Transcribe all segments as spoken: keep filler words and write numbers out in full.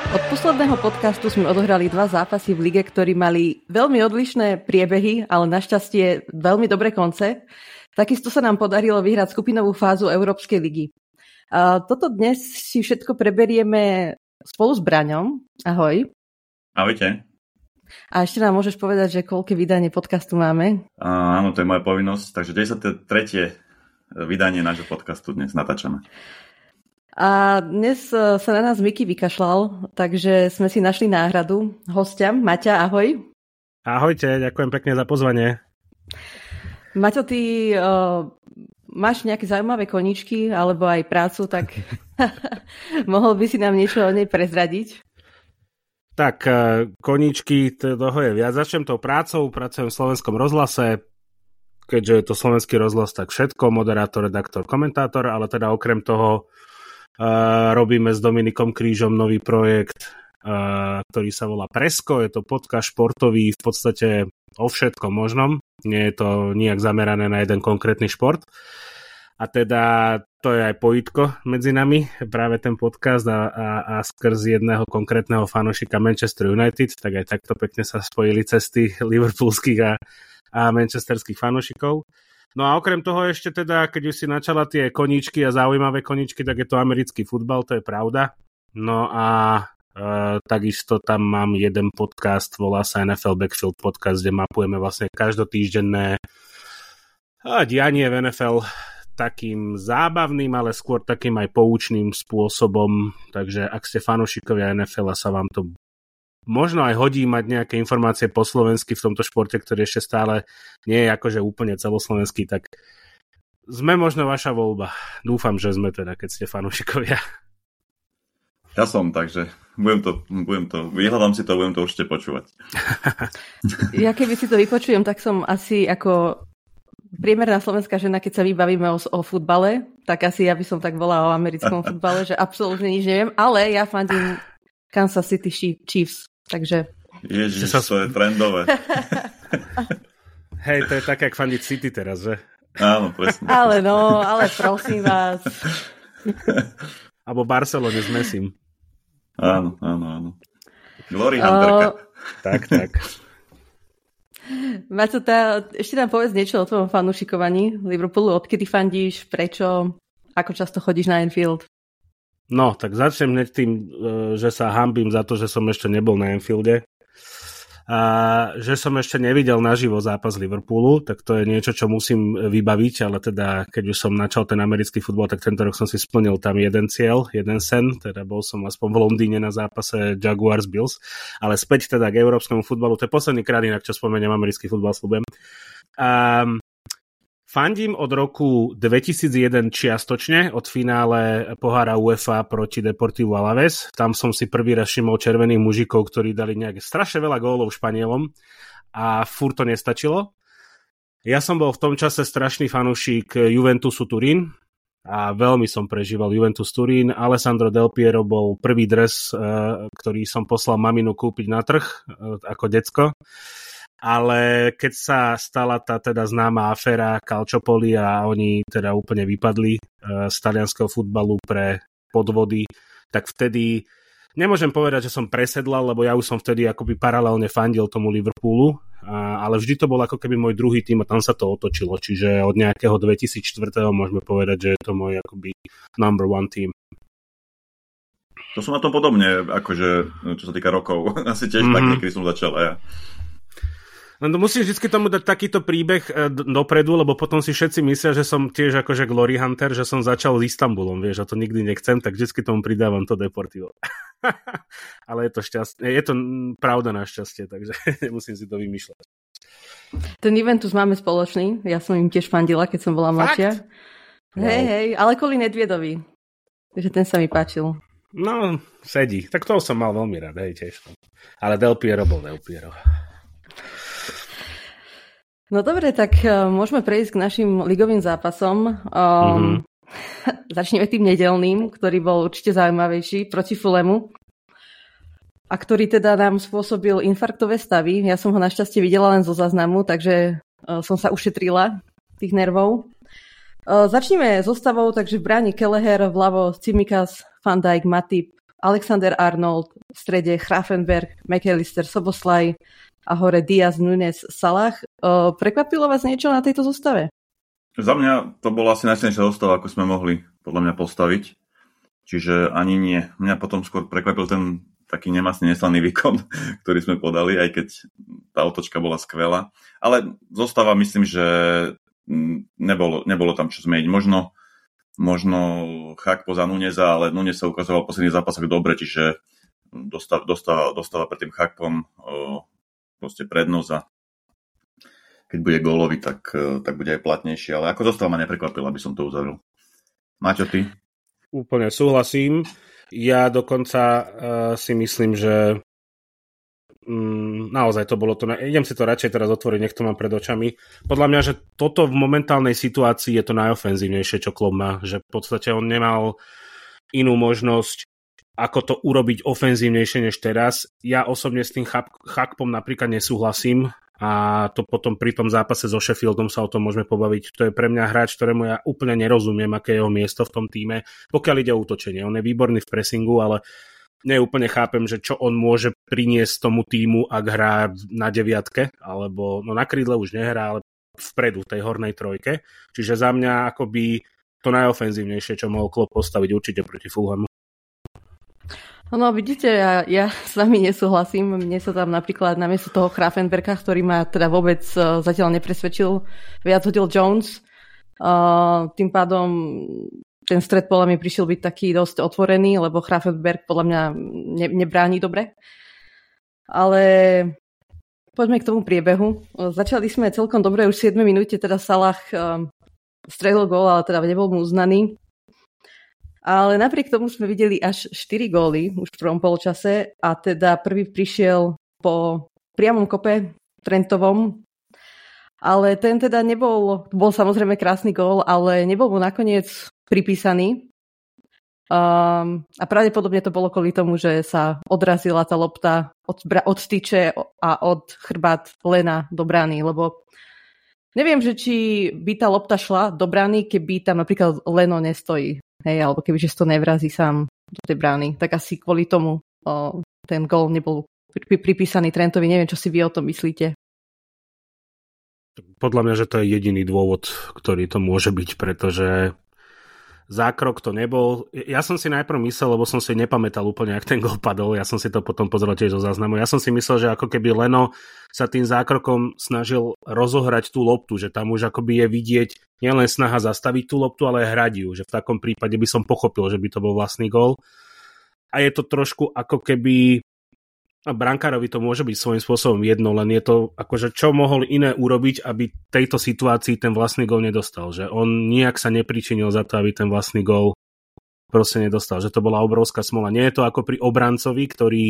Od posledného podcastu sme odohrali dva zápasy v lige, ktorí mali veľmi odlišné priebehy, ale našťastie veľmi dobré konce. Takisto sa nám podarilo vyhrať skupinovú fázu Európskej ligy. A toto dnes si všetko preberieme spolu s Braňom. Ahoj. Ahojte. A ešte nám môžeš povedať, že koľké vydanie podcastu máme? A, áno, to je moja povinnosť. Takže desiate tretie vydanie nášho podcastu dnes natáčame. A dnes sa na nás Miky vykašľal, takže sme si našli náhradu. Hostia, Maťa, ahoj. Ahojte, ďakujem pekne za pozvanie. Maťo, ty uh, máš nejaké zaujímavé koníčky alebo aj prácu, tak mohol by si nám niečo o nej prezradiť? Tak, koníčky, toho je viac. Začnem tou prácou, pracujem v Slovenskom rozhlase, keďže je to Slovenský rozhlas, tak všetko, moderátor, redaktor, komentátor, ale teda okrem toho Uh, robíme s Dominikom Krížom nový projekt, uh, ktorý sa volá Presko. Je to podcast športový, v podstate o všetkom možnom. Nie je to nijak zamerané na jeden konkrétny šport. A teda to je aj pojitko medzi nami, práve ten podcast a, a, a skrz jedného konkrétneho fanošika Manchester United, tak aj takto pekne sa spojili cesty liverpoolských a, a manchesterských fanošikov. No a okrem toho ešte teda, keď už si načala tie koníčky a zaujímavé koníčky, tak je to americký futbal, to je pravda. No a e, takisto tam mám jeden podcast, volá sa en ef el Backfield podcast, kde mapujeme vlastne každotýždenné dianie v en ef el takým zábavným, ale skôr takým aj poučným spôsobom. Takže ak ste fanúšikovia en ef el a sa vám to možno aj hodí mať nejaké informácie po slovensky v tomto športe, ktorý ešte stále nie je akože úplne celoslovenský, tak sme možno vaša voľba. Dúfam, že sme teda, keď ste fanúšikovia. Ja som, takže budem to, budem to, vyhľadám si to, budem to určite počúvať. Ja keby si to vypočujem, tak som asi ako priemerná slovenská žena, keď sa vybavíme o, o futbale, tak asi ja by som tak volala o americkom futbale, že absolútne nič neviem, ale ja fandím Kansas City Chiefs. Takže... Ježiš, sa... to je trendové. Hej, to je tak, jak fandiť City teraz, že? Áno, presne. Ale no, ale prosím vás. Abo Barcelone s Messim. Áno, áno, áno. Glory Hunterka. Uh... Tak, tak. Maťo, tá, ešte nám povedz niečo o tvojom fanúšikovaní Liverpoolu. Odkedy fandíš, prečo, ako často chodíš na Anfield? No, tak začnem hneď tým, že sa hanbím za to, že som ešte nebol na Anfielde. A že som ešte nevidel naživo zápas Liverpoolu, tak to je niečo, čo musím vybaviť, ale teda, keď už som načal ten americký futbal, tak tento rok som si splnil tam jeden cieľ, jeden sen, teda bol som aspoň v Londýne na zápase Jaguars Bills, ale späť teda k európskemu futbalu, to je posledný krát inak, čo spomeniem americký futbal, sľubujem. A fandím od roku dvetisícjeden čiastočne, od finále pohára UEFA proti Deportivu Alavés. Tam som si prvý raz všimol červených mužikov, ktorí dali nejaké strašne veľa gólov Španielom a furt to nestačilo. Ja som bol v tom čase strašný fanúšik Juventusu Turín a veľmi som prežíval Juventus Turín. Alessandro Del Piero bol prvý dres, ktorý som poslal maminu kúpiť na trh ako decko. Ale keď sa stala tá teda známa aféra Calciopoli a oni teda úplne vypadli z talianskeho futbalu pre podvody, tak vtedy nemôžem povedať, že som presedlal, lebo ja už som vtedy akoby paralelne fandil tomu Liverpoolu, ale vždy to bol ako keby môj druhý tým a tam sa to otočilo, čiže od nejakého dvetisícštyri môžeme povedať, že je to môj akoby number one team. To som na tom podobne, akože čo sa týka rokov. Asi tiež mm-hmm. tak niekedy som začal a ja. No to musíš vždy tomu dať takýto príbeh dopredu, lebo potom si všetci myslia, že som tiež akože Glory Hunter, že som začal s Istanbulom, vieš, a to nikdy nechcem, tak vždy tomu pridávam to Deportivo. Ale je to šťastné, je to pravda na šťastie, takže nemusím si to vymýšľať. Ten Juventus máme spoločný, ja som im tiež fandila, keď som bola mladšia. Hej, hej, ale kvôli Nedviedovi, takže ten sa mi páčil. No, sedí, tak toho som mal veľmi rád, hej, tiež. Ale Del Piero bol Del Piero. No dobre, tak uh, môžeme prejsť k našim ligovým zápasom. Um, mm-hmm. Začneme tým nedeľným, ktorý bol určite zaujímavejší, proti Fulhamu. A ktorý teda nám spôsobil infarktové stavy. Ja som ho našťastie videla len zo záznamu, takže uh, som sa ušetrila tých nervov. Uh, začneme zostavou, takže v bráni Kelleher, vľavo Tsimikas, Van Dijk, Matip, Alexander Arnold, v strede Grafenberg, McAllister, Soboslaj a hore Diaz, Núñez, Salah. Prekvapilo vás niečo na tejto zostave? Za mňa to bola asi najsilnejšia zostava, ako sme mohli podľa mňa postaviť. Čiže ani nie. Mňa potom skôr prekvapil ten taký nemastný, neslaný výkon, ktorý sme podali, aj keď tá otočka bola skvelá. Ale zostava, myslím, že nebolo, nebolo tam čo zmeniť. Možno Možno Chakpo za Núñeza, ale Núñez sa ukazoval v posledných zápasoch dobre, čiže dostáva, dostáva, dostáva pred tým Chakpom o, proste prednosť a keď bude gólový, tak, tak bude aj platnejší. Ale ako zostava ma neprekvapil, aby som to uzavrel. Maťo, ty? Úplne súhlasím. Ja dokonca uh, si myslím, že Mm, naozaj to bolo to, na... idem si to radšej teraz otvoriť, nech to mám pred očami. Podľa mňa, že toto v momentálnej situácii je to najofenzívnejšie, čo Klopp má, že v podstate on nemal inú možnosť, ako to urobiť ofenzívnejšie než teraz. Ja osobne s tým Chakpom napríklad nesúhlasím a to potom pri tom zápase so Sheffieldom sa o tom môžeme pobaviť. To je pre mňa hráč, ktorému ja úplne nerozumiem, aké je jeho miesto v tom tíme, pokiaľ ide o útočenie. On je výborný v pressingu, ale neúplne chápem, že čo on môže priniesť tomu týmu, ak hrá na deviatke, alebo no na krídle už nehrá, ale vpredu v tej hornej trojke. Čiže za mňa akoby to najofenzívnejšie, čo mohol Klopp postaviť určite proti Fulhamu. No vidíte, ja, ja s vami nesúhlasím. Mne sa tam napríklad namiesto toho Grafenberga, ktorý ma teda vôbec uh, zatiaľ nepresvedčil, viac hodil Jones. Uh, tým pádom ten stred podľa mi prišiel byť taký dosť otvorený, lebo Grafenberg podľa mňa ne, nebráni dobre. Ale poďme k tomu priebehu. Začali sme celkom dobre, už v siedmej minúte teda Salah um, strelil gól, ale teda nebol mu uznaný. Ale napriek tomu sme videli až štyri góly už v prvom polčase a teda prvý prišiel po priamom kope Trentovom. Ale ten teda nebol, bol samozrejme krásny gól, ale nebol mu nakoniec pripísaný. Um, a pravdepodobne to bolo kvôli tomu, že sa odrazila tá lopta od, od tyče a od chrbát Lena do brány, lebo neviem, že či by tá lopta šla do brány, keby tam napríklad Leno nestojí, hej, alebo keby že to nevrazí sám do tej brány, tak asi kvôli tomu o, ten gól nebol pri, pripísaný Trentovi. Neviem, čo si vy o tom myslíte. Podľa mňa, že to je jediný dôvod, ktorý to môže byť, pretože zákrok to nebol. Ja som si najprv myslel, lebo som si nepamätal úplne, jak ten gól padol, ja som si to potom pozrel tiež zo záznamu. Ja som si myslel, že ako keby Leno sa tým zákrokom snažil rozohrať tú loptu, že tam už akoby je vidieť nielen snaha zastaviť tú loptu, ale aj hrať ju, že v takom prípade by som pochopil, že by to bol vlastný gól. A je to trošku ako keby a brankárovi to môže byť svojím spôsobom jedno, len je to akože čo mohol iné urobiť, aby tejto situácii ten vlastný gól nedostal, že on nijak sa nepričinil za to, aby ten vlastný gól proste nedostal, že to bola obrovská smola. Nie je to ako pri obrancovi, ktorý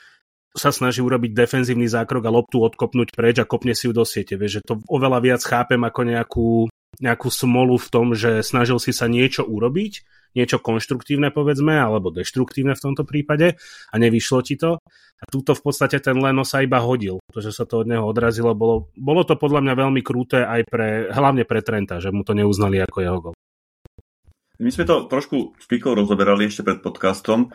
sa snaží urobiť defenzívny zákrok a loptu odkopnúť preč a kopne si ju do siete. Vieš, že to oveľa viac chápem ako nejakú, nejakú smolu v tom, že snažil si sa niečo urobiť, niečo konštruktívne povedzme, alebo deštruktívne v tomto prípade a nevyšlo ti to. A túto v podstate ten Leno sa iba hodil, pretože sa to od neho odrazilo. Bolo, bolo to podľa mňa veľmi kruté aj pre, hlavne pre Trenta, že mu to neuznali ako jeho gól. My sme to trošku s Kikou rozoberali ešte pred podcastom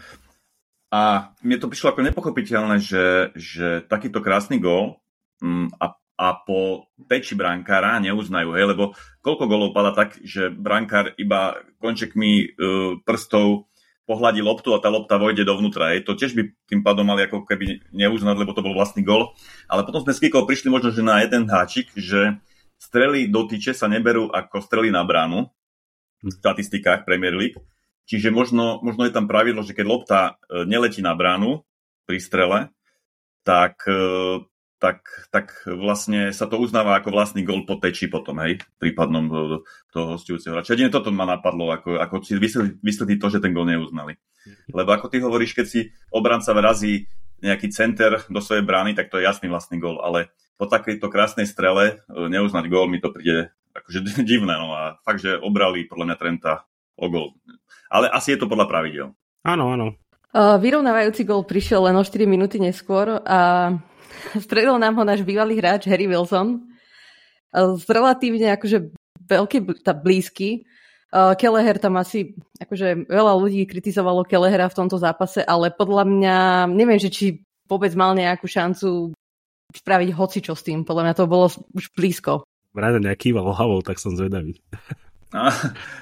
a mne to prišlo ako nepochopiteľné, že, že takýto krásny gól a a po peči brankára neuznajú, hej, lebo koľko golov padá tak, že brankár iba končekmi e, prstov pohľadí loptu a tá lopta vojde dovnútra, hej. To tiež by tým pádom mali ako keby neuznať, lebo to bol vlastný gól. Ale potom sme s Kikou prišli možno, že na jeden háčik, že strely do tyče sa neberú ako strely na bránu v statistikách Premier League. Čiže možno, možno je tam pravidlo, že keď lopta neletí na bránu pri strele, tak e, Tak, tak vlastne sa to uznáva ako vlastný gól po teči potom, hej, prípadnom toho hostujúceho hráča. Jedine toto ma napadlo, ako, ako si vysvetliť to, že ten gól neuznali. Lebo ako ty hovoríš, keď si obranca vrazí nejaký center do svojej brány, tak to je jasný vlastný gól, ale po takejto krásnej strele neuznať gól mi to príde akože divné, no a fakt, že obrali podľa mňa Trenta o gól. Ale asi je to podľa pravidel. Áno, áno. Uh, vyrovnávajúci gól prišiel len o štyri minúty neskôr a stredil nám ho náš bývalý hráč Harry Wilson z relatívne akože veľký tá blízky. Uh, Kelleher tam asi, akože veľa ľudí kritizovalo Kellehera v tomto zápase, ale podľa mňa, neviem, že či vôbec mal nejakú šancu spraviť hocičo s tým. Podľa mňa to bolo už blízko. Vrajde nejaký kýval hlavou, tak som zvedavý. uh,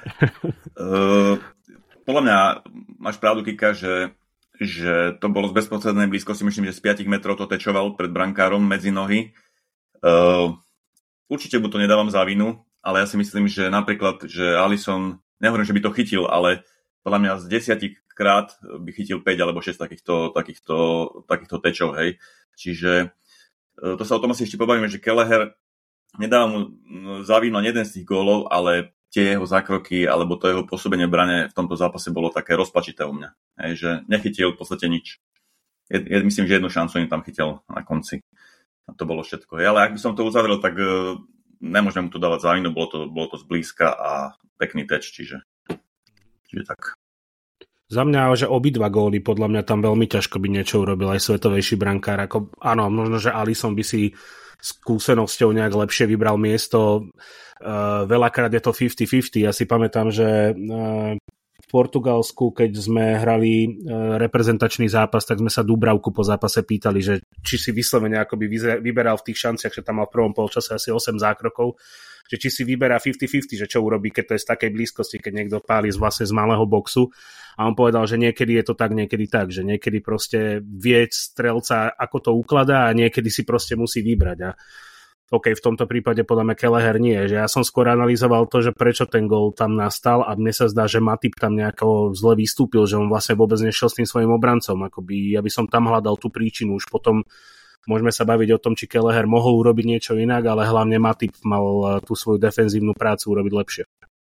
podľa mňa máš pravdu, Kika, že, že to bolo z bezprostrednej blízkosti, myslím, že z päť metrov to tečoval pred brankárom medzi nohy. Uh, určite mu to nedávam za vinu, ale ja si myslím, že napríklad, že Alisson, nehovorím, že by to chytil, ale podľa mňa z desiatkrát by chytil päť alebo šesť takýchto, takýchto, takýchto tečov, hej. Čiže to sa o tom asi ešte pobavíme, že Kelleher nedá mu za vinu ani jeden z tých gólov, ale tie jeho zákroky alebo to jeho pôsobenie v brane v tomto zápase bolo také rozpačité u mňa. Hej, že nechytil v podstate nič. Je, je, myslím, že jednu šancu im tam chytil na konci. A to bolo všetko. Hej, ale ak by som to uzavrel, tak nemôžem mu to dávať za vinu, bolo to, bolo to zblízka a pekný teč, čiže, čiže tak. Za mňa, že obidva góly, podľa mňa tam veľmi ťažko by niečo urobil aj svetovejší brankár. Ako, áno, možno, že Alisson by si skúsenosťou nejak lepšie vybral miesto. Uh, veľakrát je to päťdesiat päťdesiat. Ja si pamätám, že uh, v Portugalsku, keď sme hrali uh, reprezentačný zápas, tak sme sa Dubravku po zápase pýtali, že či si vyslovene akoby vyberal v tých šanciach, že tam mal v prvom polčase asi osem zákrokov, že či si vyberá päťdesiat päťdesiat, že čo urobí, keď to je z takej blízkosti, keď niekto páli z vlastne z malého boxu. A on povedal, že niekedy je to tak, niekedy tak, že niekedy proste vie strelca, ako to ukladá a niekedy si proste musí vybrať. A OK, v tomto prípade podľa mňa Kelleher nie. Že ja som skôr analyzoval to, že prečo ten gól tam nastal a mne sa zdá, že Matip tam nejako zle vystúpil, že on vlastne vôbec nešiel s tým svojim obrancom. Akoby, ja by som tam hľadal tú príčinu. Už potom môžeme sa baviť o tom, či Kelleher mohol urobiť niečo inak, ale hlavne Matip mal tú svoju defenzívnu prácu urobiť lepšie.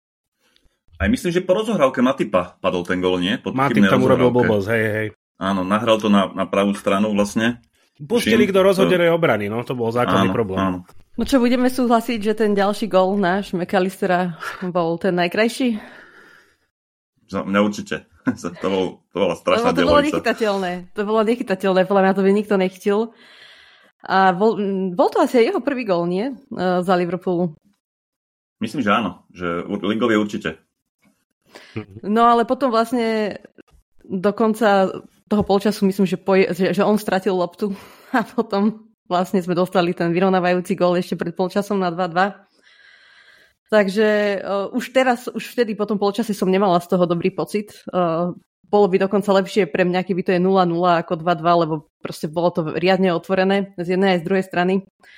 Aj myslím, že po rozohrávke Matipa padol ten gól, nie? Matip tam urobil blbosť, hej, hej. Áno, nahral to na, na pravú stranu vlastne. Pustili k do rozhodenej obrany, no to bol základný áno, problém. Áno. No čo, budeme súhlasiť, že ten ďalší gól náš McAllistera bol ten najkrajší? Za mňa určite. To, bol, to bola strašná no, to bolo nechytateľné. To bolo nechytateľné, podľa mňa to by nikto nechtil. A bol, bol to asi aj jeho prvý gól, nie? Za Liverpool. Myslím, že áno. Že ligový určite. No ale potom vlastne do konca toho polčasu myslím, že, poje, že, že on stratil loptu a potom vlastne sme dostali ten vyrovnávajúci gól ešte pred polčasom na dva dva. Takže uh, už teraz, už vtedy po tom polčase som nemala z toho dobrý pocit. Uh, bolo by dokonca lepšie pre mňa, keby to je nula nula ako dva dva, lebo proste bolo to riadne otvorené z jednej aj z druhej strany.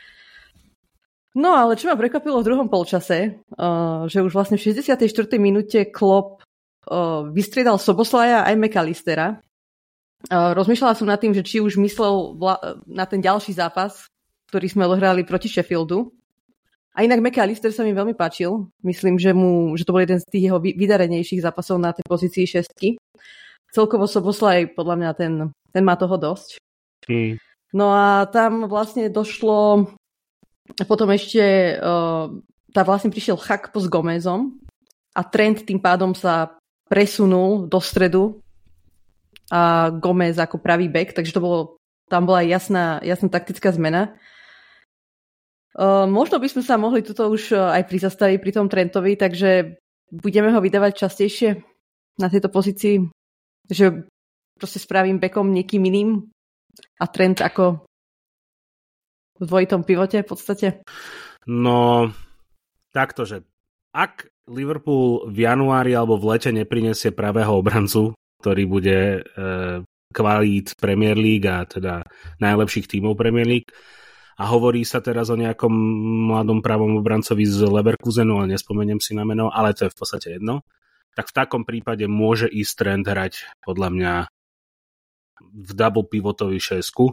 No ale čo ma prekvapilo v druhom polčase, uh, že už vlastne v šesťdesiatej štvrtej minúte Klopp uh, vystriedal Soboslaja aj McAllistera. Uh, rozmýšľala som nad tým, že či už myslel vla- na ten ďalší zápas, ktorý sme odohrali proti Sheffieldu. A inak McAllister sa mi veľmi páčil. Myslím, že, mu, že to bol jeden z tých jeho vydarenejších zápasov na tej pozícii šestky. Celkovo Soboslaj, podľa mňa, ten, ten má toho dosť. Mm. No a tam vlastne došlo... Potom ešte uh, tá vlastne prišiel Chakpo s Gomezom a Trent tým pádom sa presunul do stredu a Gomez ako pravý back, takže to bolo, tam bola jasná, jasná taktická zmena. Uh, možno by sme sa mohli tuto už aj prizastaviť pri tom Trentovi, takže budeme ho vydávať častejšie na tejto pozícii, že proste spravím backom niekým iným a Trent ako v dvojitom pivote v podstate. No, takto, že ak Liverpool v januári alebo v lete neprinesie pravého obrancu, ktorý bude e, kvalít Premier League a teda najlepších tímov Premier League, a hovorí sa teraz o nejakom mladom pravom obrancovi z Leverkusenu, ale nespomeniem si na meno, ale to je v podstate jedno, tak v takom prípade môže ísť Trent hrať podľa mňa v double pivotový šesku.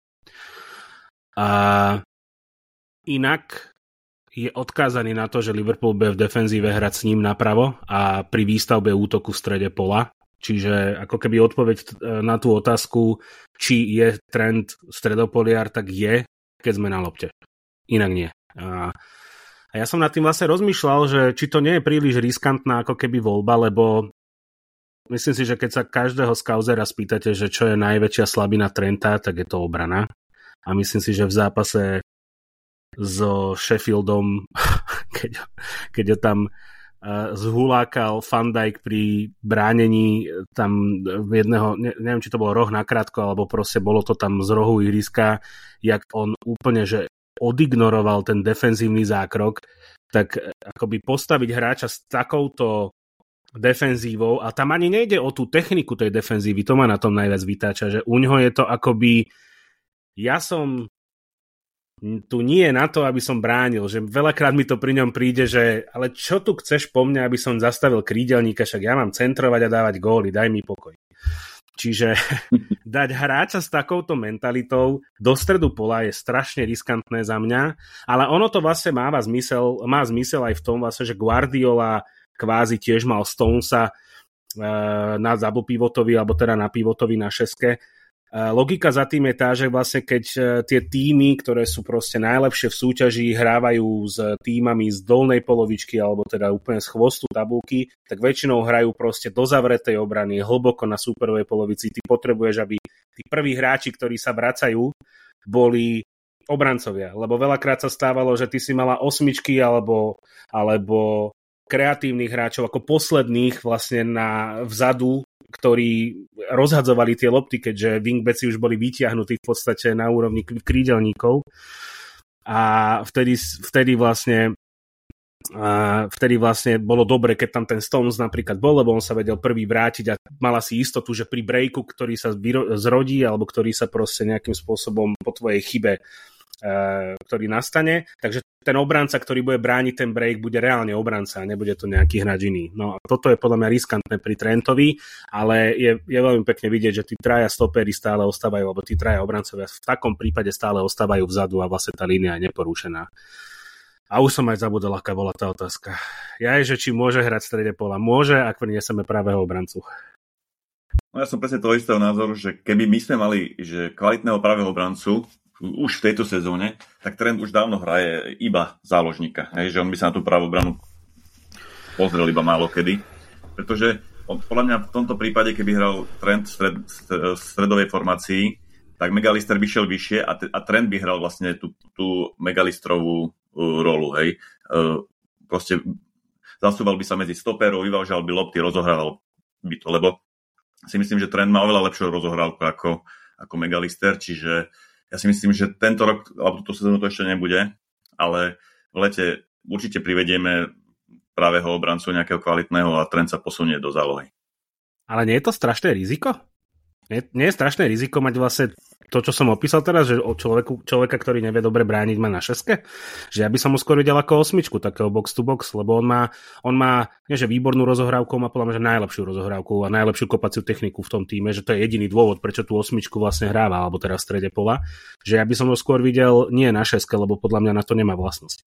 A inak je odkázaný na to, že Liverpool bude v defenzíve hrať s ním napravo a pri výstavbe útoku v strede pola. Čiže ako keby odpoveď na tú otázku, či je Trent stredopoliar, tak je, keď sme na lopte. Inak nie. A, a ja som nad tým vlastne rozmýšľal, že či to nie je príliš riskantná ako keby voľba, lebo myslím si, že keď sa každého skauzera spýtate, že čo je najväčšia slabina Trenta, tak je to obrana. A myslím si, že v zápase so Sheffieldom, keď, keď ho tam zhulákal Van Dijk pri bránení tam v jedného, ne, neviem, či to bolo roh nakrátko, alebo proste bolo to tam z rohu ihriska, jak on úplne, že odignoroval ten defenzívny zákrok, tak akoby postaviť hráča s takouto defenzívou, a tam ani nejde o tú techniku tej defenzívy, to ma na tom najviac vytáča, že u ňoho je to akoby, ja som tu nie je na to, aby som bránil, že veľakrát mi to pri ňom príde, že ale čo tu chceš po mne, aby som zastavil krídelníka, však ja mám centrovať a dávať góly, daj mi pokoj. Čiže dať hráča s takouto mentalitou do stredu pola je strašne riskantné za mňa, ale ono to vlastne máva zmysel, má zmysel aj v tom vlastne, že Guardiola kvázi tiež mal Stonesa e, na double pivotovi, alebo teda na pivotovi na šeske. Logika za tým je tá, že vlastne keď tie týmy, ktoré sú proste najlepšie v súťaži, hrávajú s týmami z dolnej polovičky alebo teda úplne z chvostu tabulky, tak väčšinou hrajú proste do zavretej obrany, hlboko na súperovej polovici. Ty potrebuješ, aby tí prví hráči, ktorí sa vracajú, boli obrancovia, lebo veľakrát sa stávalo, že ty si mala osmičky alebo, alebo kreatívnych hráčov ako posledných vlastne na vzadu, ktorí rozhadzovali tie lopty, keďže wingbacki už boli vytiahnutí v podstate na úrovni krídelníkov. A vtedy, vtedy vlastne a vtedy vlastne bolo dobre, keď tam ten Stones napríklad bol, lebo on sa vedel prvý vrátiť a mala si istotu, že pri breaku, ktorý sa zrodí alebo ktorý sa proste nejakým spôsobom po tvojej chybe ktorý nastane, takže ten obranca, ktorý bude brániť ten break, bude reálne obranca a nebude to nejaký hráč iný. No a toto je podľa mňa riskantné pri Trentovi, ale je, je veľmi pekne vidieť, že tí traja stopery stále ostávajú, alebo tí traja obrancovia v takom prípade stále ostávajú vzadu a vlastne tá línia je neporušená. A už som aj zabudol, aká bola tá otázka. Ja je, že či môže hrať v strede pola. Môže, ak priniesieme pravého obrancu. No ja som presne toho istého názoru, že keby my sme mali že kvalitného pravého obrancu už v tejto sezóne, tak Trent už dávno hraje iba záložníka. Hej, že on by sa na tú pravú branu pozrel iba málo kedy. Pretože on, podľa mňa v tomto prípade, keby hral Trent v stred, stredovej formácii, tak McAllister by šiel vyššie a, t- a Trent by hral vlastne tú, tú McAllisterovú uh, rolu. Hej. Uh, proste zasúval by sa medzi stoperov, vyvážal by lopty, rozohrával by to, lebo si myslím, že Trent má oveľa lepšiu rozohrávku ako, ako McAllister, čiže ja si myslím, že tento rok, alebo túto sezónu to ešte nebude, ale v lete určite privedieme pravého obrancu nejakého kvalitného a Trent sa posunie do zálohy. Ale nie je to strašné riziko? Nie, nie je strašné riziko mať vlastne to, čo som opísal teraz, že o človeku, človeka, ktorý nevie dobre brániť, má na šeske? Že ja by som mu skôr videl ako osmičku, takého box to box, lebo on má, on má nie že výbornú rozohrávku, má podľa mňa že najlepšiu rozohrávku a najlepšiu kopaciu techniku v tom týme, že to je jediný dôvod, prečo tú osmičku vlastne hráva, alebo teraz v strede pola. Že ja by som ho skôr videl nie na šeske, lebo podľa mňa na to nemá vlastnosť.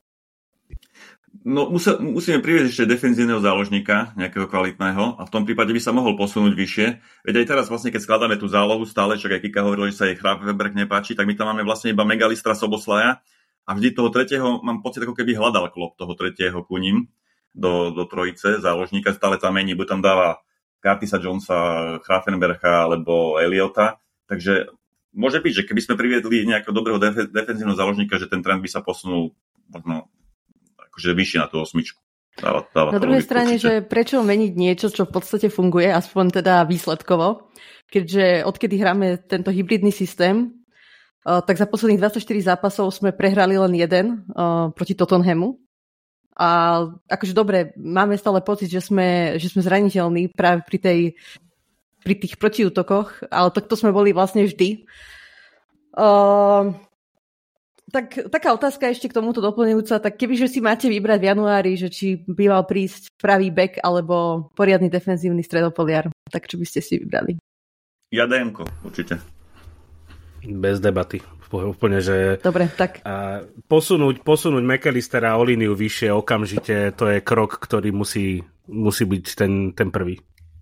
No musel, musíme priviesť ešte defenzívneho záložníka, nejakého kvalitného, a v tom prípade by sa mohol posunúť vyššie. Veď aj teraz vlastne, keď skladáme tú zálohu stále, čo aj Kika hovoril, že sa jej Gravenberch nepáči, tak my tam máme vlastne iba McAllistera, Soboslaja a vždy toho tretieho, mám pocit, ako keby hľadal Klopp toho tretieho ku ním do, do trojice záložníka, stále tam mení, buď tam dáva Curtisa Jonesa, Gravenbercha alebo Eliota, takže môže byť, že keby sme priviedli nejakého dobrého def- defenzívneho záložníka, že ten trend by sa posunul možno akože vyššie na tú osmičku. Dáva, dáva na druhej strane, určite. Že prečo meniť niečo, čo v podstate funguje, aspoň teda výsledkovo, keďže odkedy hráme tento hybridný systém, tak za posledných dvadsaťštyri zápasov sme prehrali len jeden proti Tottenhamu. A akože dobre, máme stále pocit, že sme, že sme zraniteľní práve pri, tej, pri tých protiútokoch, ale takto sme boli vlastne vždy. Uh, Tak, taká otázka ešte k tomuto doplňujúca, tak kebyže si máte vybrať v januári, že či by mal prísť pravý back alebo poriadny defenzívny stredopoliar, tak čo by ste si vybrali? Ja dé emko, určite. Bez debaty. Úplne, že dobre, tak. A posunúť, posunúť McAllistera o líniu vyššie okamžite, to je krok, ktorý musí, musí byť ten, ten prvý.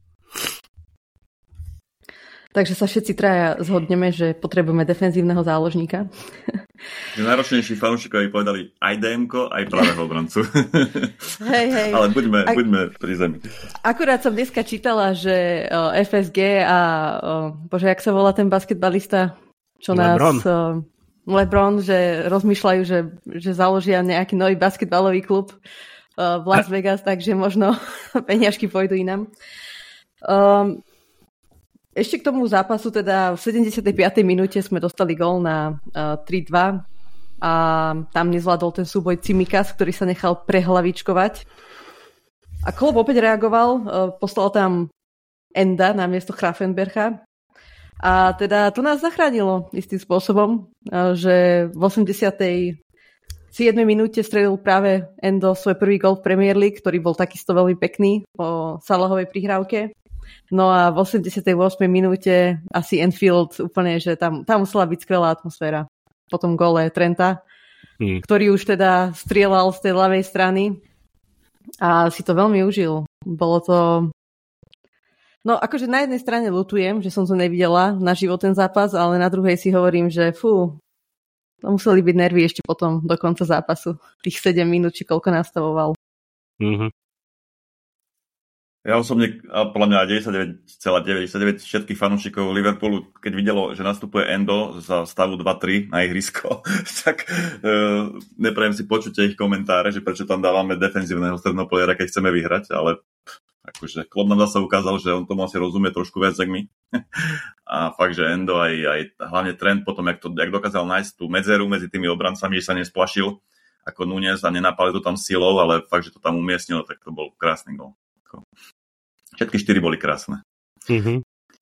Takže sa všetci traja zhodneme, že potrebujeme defenzívneho záložníka. Najročnejší fanúšikovia povedali aj dé emko, aj pravého obrancu. Hej, hej. Ale buďme, Ak... buďme pri zemi. Akurát som dneska čítala, že uh, ef es gé a uh, bože, jak sa volá ten basketbalista, čo nás... LeBron. Uh, LeBron, že rozmýšľajú, že, že založia nejaký nový basketbalový klub v Las Vegas, takže možno peniažky pôjdu inám. Um, ešte k tomu zápasu, teda v sedemdesiatej piatej minúte sme dostali gól na uh, tri dva a tam nezvládol ten súboj Tsimikas, ktorý sa nechal prehlavičkovať. A Klopp opäť reagoval, uh, poslal tam Enda na miesto Grafenbercha. A teda to nás zachránilo istým spôsobom, že v osemdesiatej siedmej minúte strelil práve Endo svoj prvý gól v Premier League, ktorý bol takisto veľmi pekný po Salahovej prihrávke. No a v osemdesiatej ôsmej minúte asi Anfield úplne, že tam, tam musela byť skvelá atmosféra. Po tom góle Trenta, hmm. ktorý už teda strieľal z tej ľavej strany a si to veľmi užil. Bolo to... No akože na jednej strane ľutujem, že som to nevidela na život ten zápas, ale na druhej si hovorím, že fú, to museli byť nervy ešte potom do konca zápasu. Tých sedem minút, či koľko nastavoval. Mm-hmm. Ja osobne, a podľa mňa deväťdesiatdeväť celá deväťdesiatdeväť všetkých fanúšikov Liverpoolu, keď videlo, že nastupuje Endo za stavu dva tri na ihrisko, tak e, neprajem si počuť ich komentáre, že prečo tam dávame defenzívneho stredného poliara, keď chceme vyhrať, ale akože Klopp nám zase ukázal, že on tomu asi rozumie trošku viac jak my. A fakt, že Endo aj, aj hlavne Trent potom, jak, to, jak dokázal nájsť tú medzeru medzi tými obrancami, že sa nesplašil ako Núñez a nenapali to tam silou, ale fakt, že to tam umiestnil, tak to bol krásny gól. Všetky štyri boli krásne. Mm-hmm.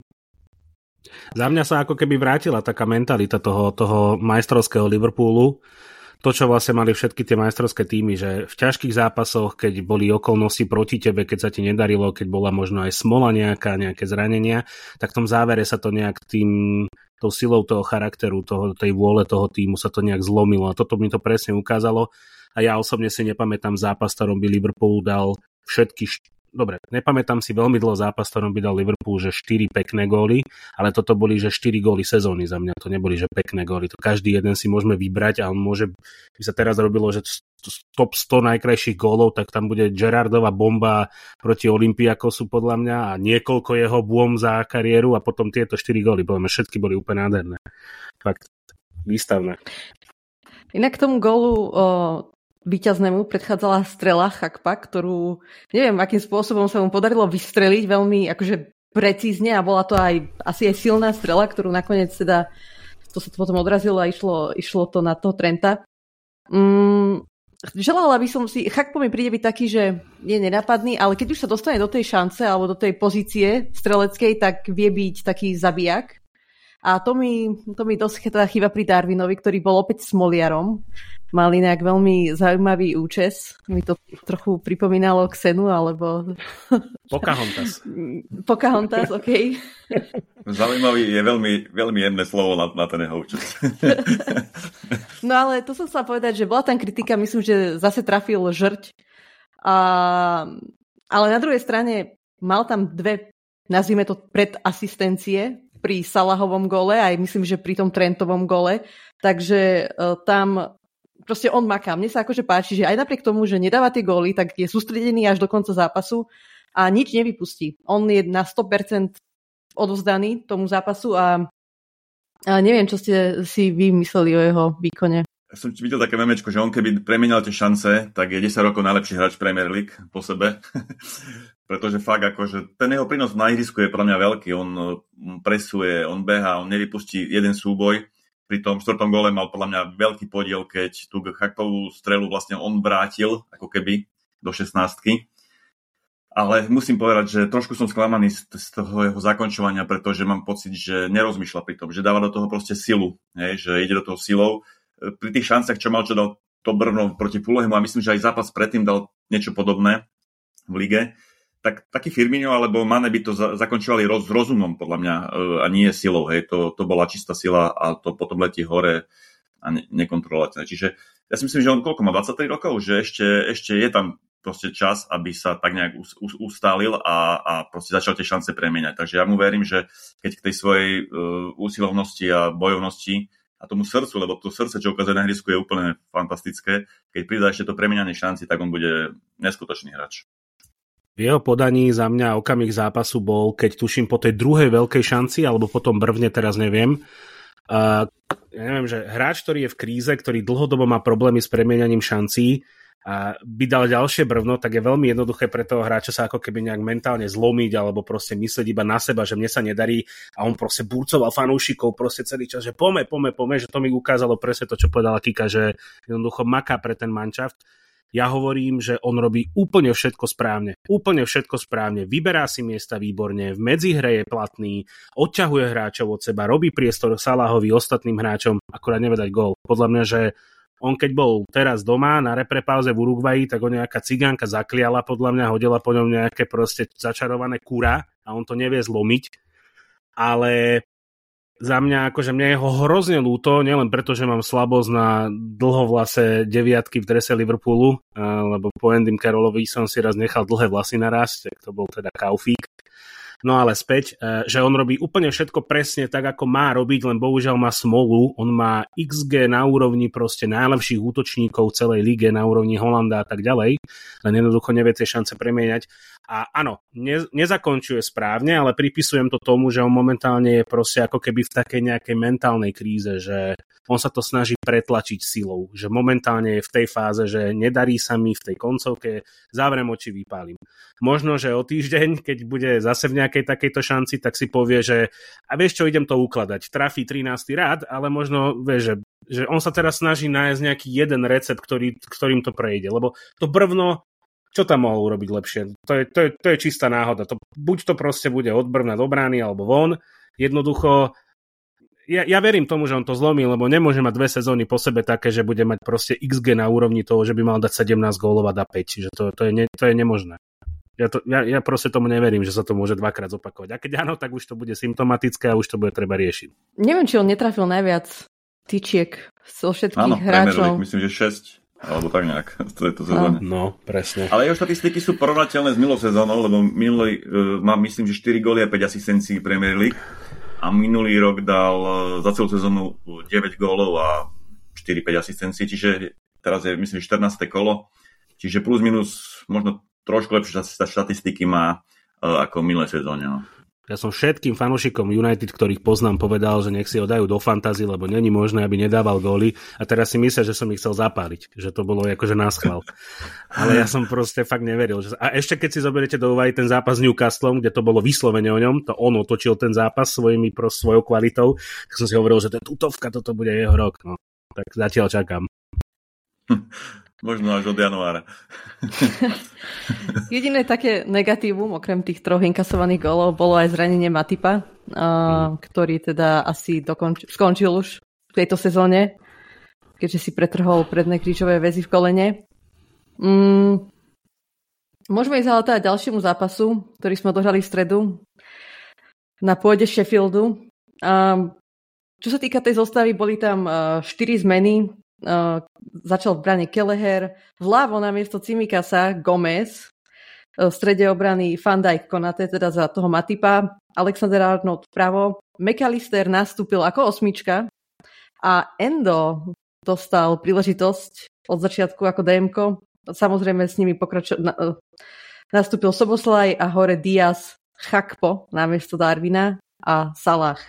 Za mňa sa ako keby vrátila taká mentalita toho, toho majstrovského Liverpoolu. To, čo vlastne mali všetky tie majstrovské týmy, že v ťažkých zápasoch, keď boli okolnosti proti tebe, keď sa ti nedarilo, keď bola možno aj smola nejaká, nejaké zranenia, tak v tom závere sa to nejak tým, tou silou toho charakteru, toho, tej vôle toho týmu sa to nejak zlomilo. A toto mi to presne ukázalo. A ja osobne si nepamätám zápas, ktorom by Liverpool dal všetky št- Dobre, nepamätám si veľmi dlho zápas, ktorom by dal Liverpool, že štyri pekné góly, ale toto boli, že štyri góly sezóny za mňa, to neboli, že pekné góly. To každý jeden si môžeme vybrať a on môže, by sa teraz robilo, že top sto najkrajších gólov, tak tam bude Gerrardova bomba proti Olympiakosu podľa mňa a niekoľko jeho bôm za kariéru a potom tieto štyri góly, poviem, všetky boli úplne nádherné. Fakt, výstavné. Inak k tomu gólu o... víťaznému predchádzala strela Chakpa, ktorú neviem, akým spôsobom sa mu podarilo vystreliť veľmi akože precízne a bola to aj asi aj silná strela, ktorú nakoniec teda to sa to potom odrazilo a išlo, išlo to na toho Trenta. Mm, želala by som si, Chakpo mi príde byť taký, že je nenápadný, ale keď už sa dostane do tej šance alebo do tej pozície streleckej, tak vie byť taký zabijak. A to mi, to mi dosť teda chýba pri Darwinovi, ktorý bol opäť smoliarom. Mal inak veľmi zaujímavý účes. Mi to trochu pripomínalo Xenu, alebo... Pocahontas. Pocahontas, okej. Okay. Zaujímavý je veľmi, veľmi jemné slovo na, na ten jeho účes. No ale to som chcela povedať, že bola tam kritika, myslím, že zase trafil žrť. A, ale na druhej strane mal tam dve, nazvime to predasistencie, pri Salahovom gole, aj myslím, že pri tom Trentovom gole. Takže uh, tam proste on maká. Mne sa akože páči, že aj napriek tomu, že nedáva tie góly, tak je sústredený až do konca zápasu a nič nevypustí. On je na sto percent odovzdaný tomu zápasu a, a neviem, čo ste si vy mysleli o jeho výkone. Ja som videl také memečko, že on keby premenal tie šance, tak je desať rokov najlepší hráč Premier League po sebe. Pretože fakt akože ten jeho prínos na ihrisku je pre mňa veľký. On presuje, on behá, on nevypustí jeden súboj. Pri tom štvrtom gole mal podľa mňa veľký podiel, keď tú Chakpovú strelu vlastne on vrátil, ako keby, do šestnástky. Ale musím povedať, že trošku som sklamaný z, z toho jeho zakončovania, pretože mám pocit, že nerozmýšľa pri tom, že dáva do toho proste silu, hej, že ide do toho silou. Pri tých šanciach, čo mal, čo dal to Brno proti Fulhamu, a myslím, že aj zápas predtým dal niečo podobné v lige, tak taký Firmino alebo Mane by to za, zakončovali roz, rozumom, podľa mňa, a nie silou. Hej. To, to bola čistá sila a to potom letí hore a ne, nekontrolovateľné. Čiže ja si myslím, že on koľko má, dvadsaťtri rokov, že ešte, ešte je tam proste čas, aby sa tak nejak us, us, ustálil a, a proste začal tie šance premieňať. Takže ja mu verím, že keď k tej svojej uh, úsilovnosti a bojovnosti a tomu srdcu, lebo to srdce, čo ukazuje na ihrisku, je úplne fantastické, keď pridá ešte to premieňanie šanci, tak on bude neskutočný hráč. V jeho podaní za mňa okamih zápasu bol, keď tuším po tej druhej veľkej šanci, alebo potom Brvne, teraz neviem. Uh, ja neviem, že hráč, ktorý je v kríze, ktorý dlhodobo má problémy s premieňaním šancí, a by dal ďalšie brvno, tak je veľmi jednoduché pre toho hráča sa ako keby nejak mentálne zlomiť alebo proste myslieť iba na seba, že mne sa nedarí a on proste burcoval fanúšikov proste celý čas, že pome, pome, pome, že to mi ukázalo presne to, čo povedala Kika, že jednoducho maká pre ten manšaft. Ja hovorím, že on robí úplne všetko správne. Úplne všetko správne. Vyberá si miesta výborne, v medzihre je platný, odťahuje hráčov od seba, robí priestor Salahovi, ostatným hráčom, akorát nevie dať gól. Podľa mňa, že on keď bol teraz doma na reprepauze v Uruguayi, tak ho nejaká cigánka zakliala, podľa mňa hodila po ňom nejaké proste začarované kura a on to nevie zlomiť. Ale za mňa, akože mne je ho hrozne ľúto, nielen preto, že mám slabosť na dlhovlase deviatky v drese Liverpoolu, lebo po Endym Carrollovi som si raz nechal dlhé vlasy narásť, tak to bol teda kaufík. No ale späť, že on robí úplne všetko presne tak, ako má robiť, len bohužiaľ má smolu. On má iks gé na úrovni proste najlepších útočníkov v celej lige, na úrovni Holanda a tak ďalej. Len jednoducho nevie tie šance premieňať. A áno, ne, nezakončuje správne, ale pripisujem to tomu, že on momentálne je proste ako keby v takej nejakej mentálnej kríze, že on sa to snaží pretlačiť silou. Že momentálne je v tej fáze, že nedarí sa mi v tej koncovke, závrem oči, vypálim. Možno, že o týždeň, keď bude zase v nejakej takejto šanci, tak si povie, že a vieš čo, idem to ukladať. Trafí trinásty rád, ale možno, vieš, že, že on sa teraz snaží nájsť nejaký jeden recept, ktorý, ktorým to prejde. Lebo to brvno, čo tam mohol urobiť lepšie? To je, to je, to je čistá náhoda. To, buď to proste bude od brvna do brány, alebo von. Jednoducho, ja, ja verím tomu, že on to zlomí, lebo nemôže mať dve sezóny po sebe také, že bude mať proste iks gé na úrovni toho, že by mal dať sedemnásť gólov a dá päť. Čiže to, to, je, ne, to je nemožné. Ja, to, ja, ja proste tomu neverím, že sa to môže dvakrát zopakovať. A keď áno, tak už to bude symptomatické a už to bude treba riešiť. Neviem, či on netrafil najviac tyčiek zo všetkých áno, hráčov. Áno, myslím, že šesť. Alebo tak nejak v tejto sezóne. No, presne. Ale jeho štatistiky sú porovnateľné s minulou sezónou, lebo minulý uh, má, myslím, že štyri góly a päť asistencií Premier League. A minulý rok dal uh, za celú sezónu deväť gólov a štyri päť asistencií, čiže teraz je, myslím, štrnáste kolo. Čiže plus minus možno trošku lepšie štatistiky má uh, ako v minulej sezóne. No. Ja som všetkým fanúšikom United, ktorých poznám, povedal, že nech si ho dajú do fantasy, lebo není možné, aby nedával góly. A teraz si myslia, že som ich chcel zapáliť. Že to bolo akože náschval. Ale ja som proste fakt neveril. A ešte keď si zoberiete do úvahy ten zápas s Newcastlom, kde to bolo vyslovene o ňom, to on otočil ten zápas svojimi, prost, svojou kvalitou, tak som si hovoril, že to je tutovka, toto bude jeho rok. No. Tak zatiaľ čakám. Možno až od januára. Jediné také negatívum, okrem tých troch inkasovaných gólov, bolo aj zranenie Matipa, uh, ktorý teda asi dokonč- skončil už v tejto sezóne, keďže si pretrhol predné krížové väzy v kolene. Mm, môžeme ísť ale teda ďalšiemu zápasu, ktorý sme odohrali v stredu na pôde Sheffieldu. Um, čo sa týka tej zostavy, boli tam uh, štyri zmeny. Uh, začal v brane Kelleher, vľavo namiesto Tsimikasa Gomez, uh, v strede obrany Van Dijk Konate, teda za toho Matipa, Alexander Arnold vpravo, McAllister nastúpil ako osmička a Endo dostal príležitosť od začiatku ako dé emko. Samozrejme s nimi pokračo- na, uh, nastúpil Soboslaj a hore Diaz, Chakpo namiesto Darwina a Salah.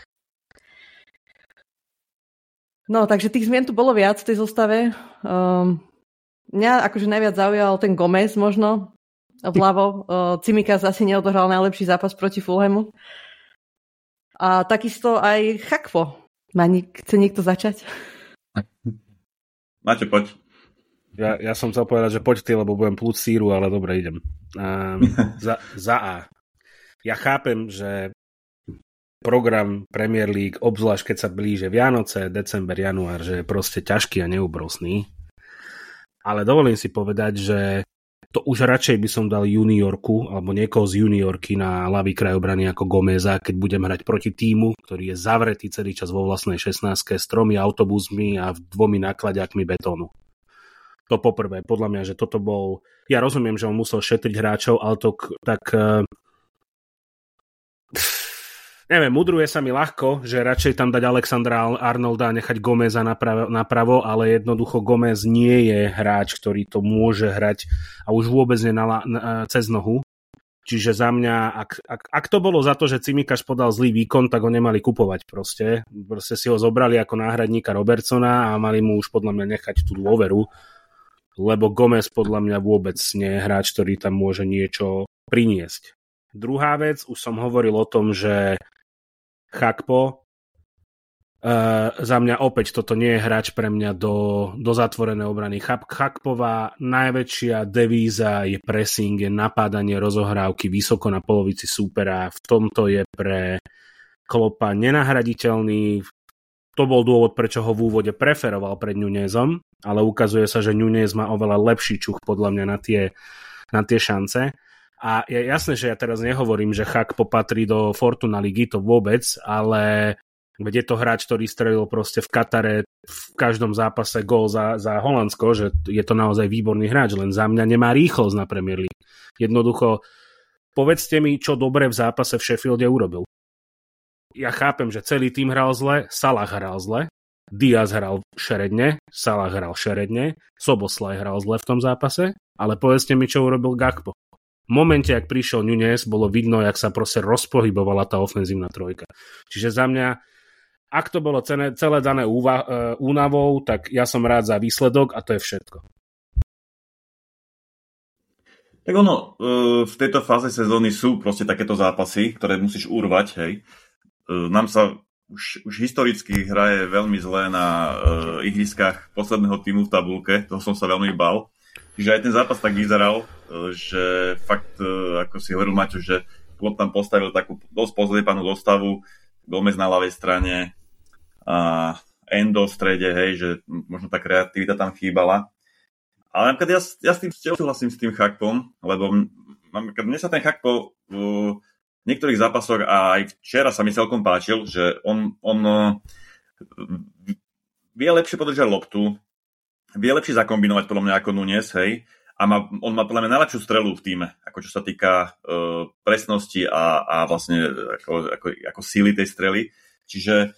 No, takže tých zmien tu bolo viac v tej zostave. Um, mňa akože najviac zaujal ten Gomez možno vľavo. Uh, Tsimikas asi neodohral najlepší zápas proti Fulhamu. A takisto aj Chakpo. Má nik- chce niekto začať? Máte, poď. Ja, ja som chcel povedať, že poď ty, lebo budem plúť síru, ale dobre, idem. Um, za, za A. Ja chápem, že program Premier League, obzvlášť keď sa blíže Vianoce, december, január, že je proste ťažký a neúbrosný. Ale dovolím si povedať, že to už radšej by som dal juniorku alebo niekoho z juniorky na ľavý kraj obrany ako Gomeza, keď budem hrať proti tímu, ktorý je zavretý celý čas vo vlastnej šestnástke s tromi autobusmi a dvomi nakladiakmi betónu. To poprvé, podľa mňa, že toto bol... Ja rozumiem, že on musel šetriť hráčov, ale to tak... Neviem, mudruje sa mi ľahko, že radšej tam dať Alexandra Arnolda a nechať Gomeza napravo, napravo, ale jednoducho Gomez nie je hráč, ktorý to môže hrať a už vôbec nie na, na, cez nohu. Čiže za mňa, ak, ak, ak to bolo za to, že Tsimikas podal zlý výkon, tak ho nemali kupovať proste. Proste si ho zobrali ako náhradníka Robertsona a mali mu už podľa mňa nechať tú dôveru. lebo Gomez podľa mňa vôbec nie je hráč, ktorý tam môže niečo priniesť. Druhá vec, už som hovoril o tom, že Chakpo, Uh, za mňa opäť toto nie je hráč pre mňa do, do zatvorenej obrany. Chakpová najväčšia devíza je pressing, je napádanie rozohrávky vysoko na polovici súpera. V tomto je pre Kloppa nenahraditeľný. To bol dôvod, prečo ho v úvode preferoval pred Nunezom, ale ukazuje sa, že Nunez má oveľa lepší čuch podľa mňa na tie, na tie šance. A je jasné, že ja teraz nehovorím, že Chakpo patrí do Fortuna ligy, to vôbec, ale veď je to hráč, ktorý strelil proste v Katare v každom zápase gól za, za Holandsko, že je to naozaj výborný hráč, len za mňa nemá rýchlosť na Premier League. Jednoducho, povedzte mi, čo dobre v zápase v Sheffielde urobil. Ja chápem, že celý tým hral zle, Salah hral zle, Diaz hral šeredne, Salah hral šeredne, Soboslaj hral zle v tom zápase, ale povedzte mi, čo urobil Gakpo. V momente, ak prišiel Nunez, bolo vidno, jak sa proste rozpohybovala tá ofenzívna trojka. Čiže za mňa, ak to bolo celé, celé dané úva, uh, únavou, tak ja som rád za výsledok a to je všetko. Tak ono, uh, v tejto fáze sezóny sú proste takéto zápasy, ktoré musíš urvať, hej. Uh, nám sa už, už historicky hraje veľmi zle na uh, ihriskách posledného týmu v tabulke, toho som sa veľmi bál. Čiže aj ten zápas tak vyzeral, uh, že fakt, uh, ako si hovoril Maťo, že Klopp tam postavil takú dosť pozliepanú zostavu, Gomez na ľavej strane, a Endo v strede, hej, že možno tá kreativita tam chýbala. Ale napríklad ja, ja s tým súhlasím s tým Chakpom, lebo mne sa ten Chakpo v niektorých zápasoch a aj včera sa mi celkom páčil, že on, on vie lepšie podržať loptu, vie lepšie zakombinovať podľa mňa ako Nunez, hej, a má, on má podľa mňa najlepšiu strelu v tíme, ako čo sa týka uh, presnosti a, a vlastne ako, ako, ako síly tej strely. Čiže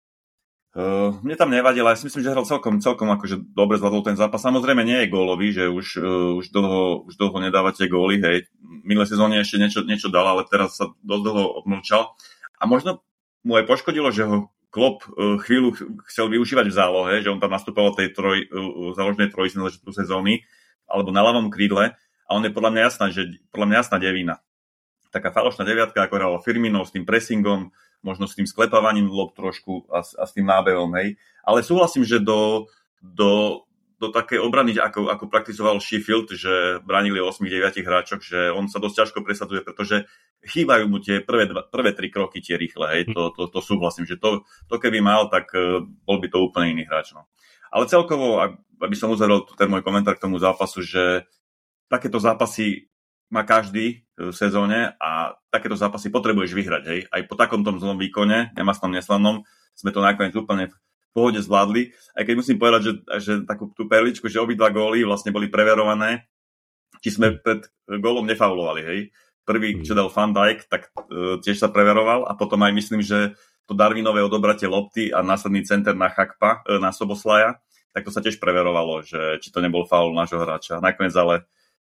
Uh, mne tam nevadilo, ja si myslím, že hral celkom, celkom akože dobre zvládol ten zápas. Samozrejme nie je gólový, že už, uh, už, dlho, už dlho nedávate góly, hej. Minulé sezóne ešte niečo, niečo dal, ale teraz sa dosť dlho obmlčal. A možno mu aj poškodilo, že ho Klopp uh, chvíľu chcel využívať v zálohe, že on tam nastupoval tej troj, uh, záložnej trojici na začiatku sezóny, alebo na ľavom krídle, a on je podľa mňa jasná, že, podľa mňa jasná devína. Taká falošná deviatka, ako hral Firmino s tým pressingom, možno s tým sklepávaním lob trošku a, a s tým nábehom, hej. Ale súhlasím, že do, do, do takej obrany, ako, ako praktizoval Sheffield, že bránili osem deväť hráčok, že on sa dosť ťažko presadzuje, pretože chýbajú mu tie prvé, dva, prvé tri kroky, tie rýchle, hej. To, to, to súhlasím, že to, to keby mal, tak uh, bol by to úplne iný hráč. No. Ale celkovo, aby som uzavrel ten môj komentár k tomu zápasu, že takéto zápasy má každý v sezóne a takéto zápasy potrebuješ vyhrať, hej. Aj po takomto zlom výkone, nemastnom neslavnom, sme to nakoniec úplne v pohode zvládli. Aj keď musím povedať, že, že takú tú perličku, že obidva góly vlastne boli preverované, či sme pred gólom nefaulovali, hej. Prvý, čo dal Van Dijk, tak uh, tiež sa preveroval a potom aj myslím, že to Darwinové odobratie lopty a následný center na Chakpa, uh, na Soboslaja, tak to sa tiež preverovalo, že či to nebol faul nášho hráča. Nakoniec ale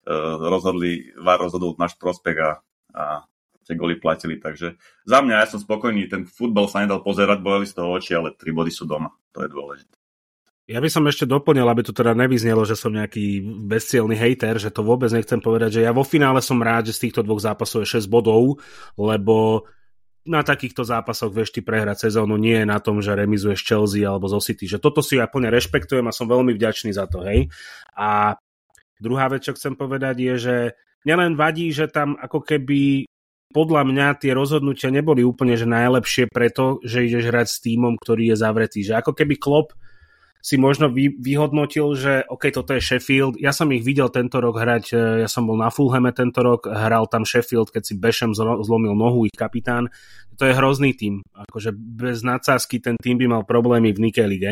rozhodli, V A R rozhodol náš prospech a, a tie goly platili, takže za mňa ja som spokojný, ten futbal sa nedal pozerať, bojali z toho oči, ale tri body sú doma, to je dôležité. Ja by som ešte doplnil, aby to teda nevyznelo, že som nejaký bezcielny hejter, že to vôbec nechcem povedať, že ja vo finále som rád, že z týchto dvoch zápasov je šesť bodov, lebo na takýchto zápasoch vieš ty prehrať sezónu, nie je na tom, že remizuješ Chelsea alebo zo City, že toto si ja plne rešpektujem a som veľmi vďačný za to, hej. A druhá vec, čo chcem povedať, je, že mňa len vadí, že tam ako keby podľa mňa tie rozhodnutia neboli úplne že najlepšie preto, že ideš hrať s tímom, ktorý je zavretý. Že ako keby Klopp si možno vy, vyhodnotil, že OK, toto je Sheffield. Ja som ich videl tento rok hrať, ja som bol na Fulhame tento rok, hral tam Sheffield, keď si Basham zlomil nohu, ich kapitán. To je hrozný tím. Akože bez nadsázky ten tím by mal problémy v Nikkei lige.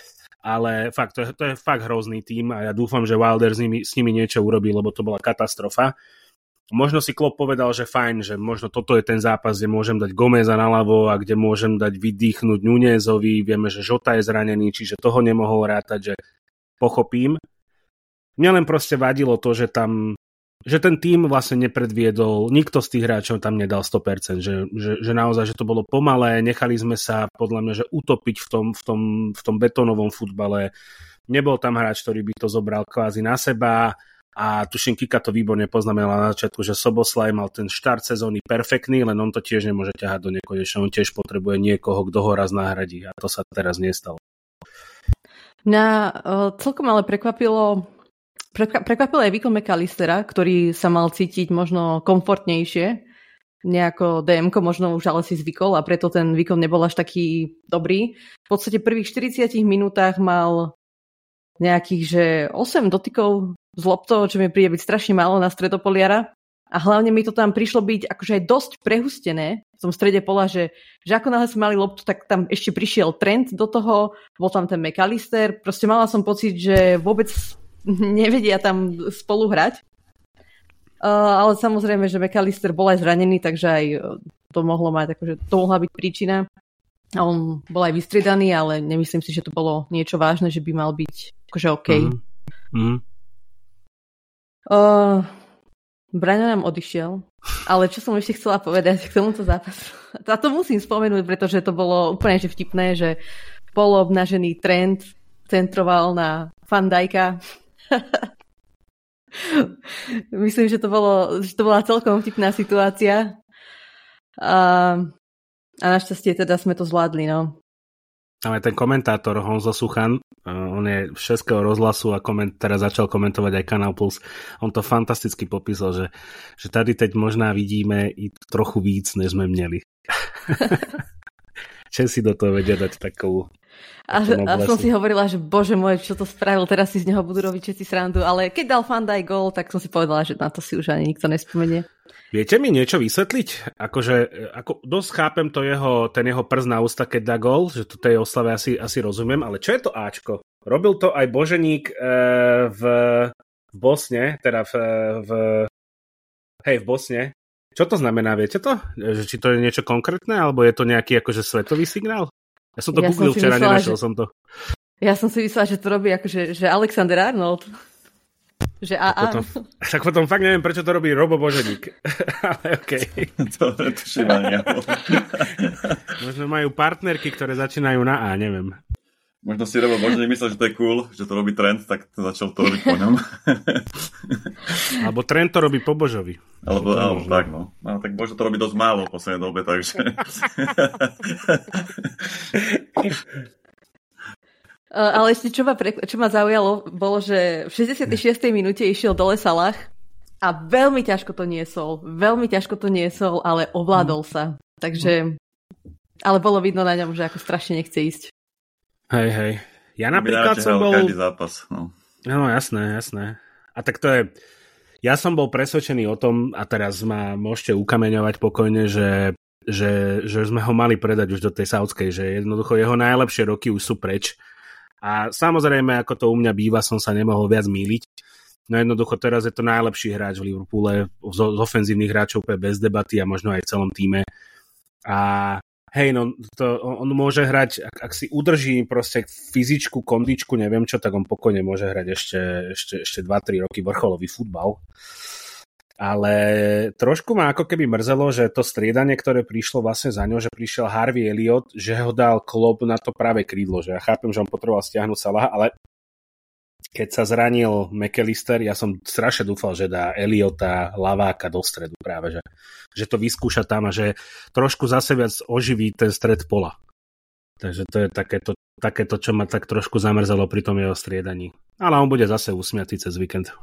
Ale fakt, to je, to je fakt hrozný tím a ja dúfam, že Wilder s nimi, s nimi niečo urobí, lebo to bola katastrofa. Možno si Klopp povedal, že fajn, že možno toto je ten zápas, kde môžem dať Gomeza naľavo a kde môžem dať vydýchnuť Nunezovi, vieme, že Jota je zranený, čiže toho nemohol rátať, že pochopím. Mňa len proste vadilo to, že tam že ten tím vlastne nepredviedol, nikto z tých hráčov tam nedal sto percent, že, že, že naozaj, že to bolo pomalé, nechali sme sa podľa mňa, že utopiť v tom, v tom, v tom betónovom futbale. nebol tam hráč, ktorý by to zobral kvázi na seba a tuším, Kika to výborne poznamenala na začiatku, že Soboslaj mal ten štart sezóny perfektný, len on to tiež nemôže ťahať do nekonečna, on tiež potrebuje niekoho, kto ho raz nahradí a to sa teraz nestalo. Mňa uh, celkom ale prekvapilo prekvapil aj výkon McAllistera, ktorý sa mal cítiť možno komfortnejšie, nejako dé emko možno už ale si zvykol a preto ten výkon nebol až taký dobrý. V podstate v prvých štyridsiatich minútach mal nejakých, že osem dotykov z loptou, čo mi príde byť strašne málo na stredopoliara. A hlavne mi to tam prišlo byť akože aj dosť prehustené v tom strede pola, že, že ako náhle sme mali loptu, tak tam ešte prišiel Trent do toho, bol tam ten McAllister. Proste mala som pocit, že vôbec nevedia tam spolu hrať. Uh, ale samozrejme, že McAllister bol aj zranený, takže aj to mohlo mať, akože to mohla byť príčina. A on bol aj vystriedaný, ale nemyslím si, že to bolo niečo vážne, že by mal byť akože OK. Mm. Mm. Uh, Braňo nám odišiel, ale čo som ešte chcela povedať k tomuto zápasu. A to musím spomenúť, pretože to bolo úplne že vtipné, že poloobnažený Trent centroval na Van Dijka. Myslím, že to, bolo, že to bola celkom vtipná situácia. A, a našťastie teda sme to zvládli, no. Ale ten komentátor Honzo Suchan, on je z Českého rozhlasu a koment, teraz začal komentovať aj Kanál Plus. On to fantasticky popísal, že, že tady teď možná vidíme i trochu víc, než sme měli. Česi do toho vedia dať takovú... A, a som si hovorila, že bože môj, čo to spravil, teraz si z neho budú robiť všetci srandu, ale keď dal Van Dijk gól, tak som si povedala, že na to si už ani nikto nespomenie. Viete mi niečo vysvetliť? Akože, ako dosť chápem to jeho, ten jeho prst na ústa, keď dá gól, že tu tej oslave asi, asi rozumiem, ale čo je to Ačko? Robil to aj Boženík e, v, v Bosne, teda v, v hej, v Bosne. Čo to znamená, viete to? Či to je niečo konkrétne, alebo je to nejaký akože svetový signál? Ja som to ja googlil včera, myslela, nenašiel že... som to. Ja som si myslela, že to robí akože, že Alexander Arnold. Že á á. Potom, tak potom fakt neviem, prečo to robí Robo Boženík. Ale okej. Okay. To netuším ani ja. Možno majú partnerky, ktoré začínajú na A, neviem. Možno si Robo Boženík myslel, že to je cool, že to robí Trent, tak to začal to robiť po ňom. Alebo Trent to robí po Božovi. Alebo, alebo tak, no. no. Tak Božo to robí dosť málo v poslednej dobe, takže... Ale ešte, čo ma, pre, čo ma zaujalo, bolo, že v šesťdesiatej šiestej minúte išiel dole Salah a veľmi ťažko to niesol. Veľmi ťažko to niesol, ale ovládol sa. Takže... Ale bolo vidno na ňom, že ako strašne nechce ísť. Hej, hej. Ja napríklad som bol... Každý zápas, no. No, jasné, jasné. A tak to je... Ja som bol presvedčený o tom, a teraz ma môžete ukameňovať pokojne, že, že, že sme ho mali predať už do tej saudskej, že jednoducho jeho najlepšie roky už sú preč. A samozrejme, ako to u mňa býva, som sa nemohol viac mýliť. No jednoducho teraz je to najlepší hráč v Liverpoole, z, z ofenzívnych hráčov bez debaty a možno aj v celom tíme. A hej, no to, on môže hrať, ak, ak si udrží proste fyzičku, kondičku, neviem čo, tak on pokojne môže hrať ešte, ešte, ešte dva tri roky vrcholový futbal. Ale trošku ma ako keby mrzelo, že to striedanie, ktoré prišlo vlastne za ňo, že prišiel Harvey Elliott, že ho dal Klopp na to práve krídlo, že ja chápem, že on potreboval stiahnuť Salaha, ale keď sa zranil McAllister, ja som strašne dúfal, že dá Elliotta, Laváka do stredu práve, že, že to vyskúša tam a že trošku zase viac oživí ten stred pola. Takže to je takéto, takéto, čo ma tak trošku zamrzelo pri tom jeho striedaní. Ale on bude zase usmiatý cez víkend.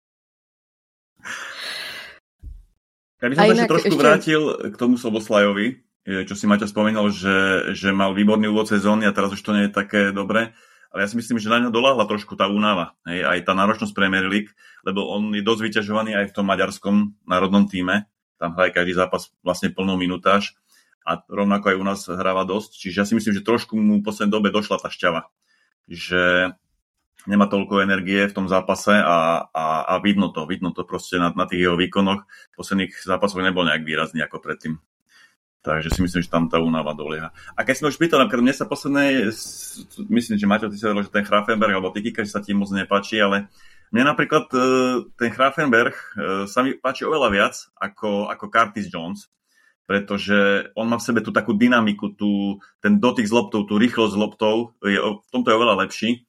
Ja by som sa ešte trošku ešte... vrátil k tomu Soboslajovi, čo si Maťa spomínal, že, že mal výborný úvod sezóny a teraz už to nie je také dobré. Ale ja si myslím, že na ňo doľahla trošku tá únava. Hej, aj tá náročnosť Premier League, lebo on je dosť vyťažovaný aj v tom maďarskom národnom tíme. Tam hraje každý zápas vlastne plnou minutáž a rovnako aj u nás hráva dosť. Čiže ja si myslím, že trošku mu v poslednej dobe došla tá šťava. Že nemá toľko energie v tom zápase a, a, a vidno to. Vidno to proste na, na tých jeho výkonoch. V posledných zápasoch nebol nejak výrazný ako predtým. Takže si myslím, že tam tá únava dolieha. A keď sme už pýtali, napríklad mne sa poslednej, myslím, že Maťo, ty si hovoril, že ten Grafenberg alebo Tikika, že sa ti moc nepáči, ale mne napríklad ten Grafenberg sa mi páči oveľa viac ako, ako Curtis Jones, pretože on má v sebe tú takú dynamiku, tú, ten dotyk s loptou, tú rýchlosť s loptou, je, v tomto je oveľa lepší.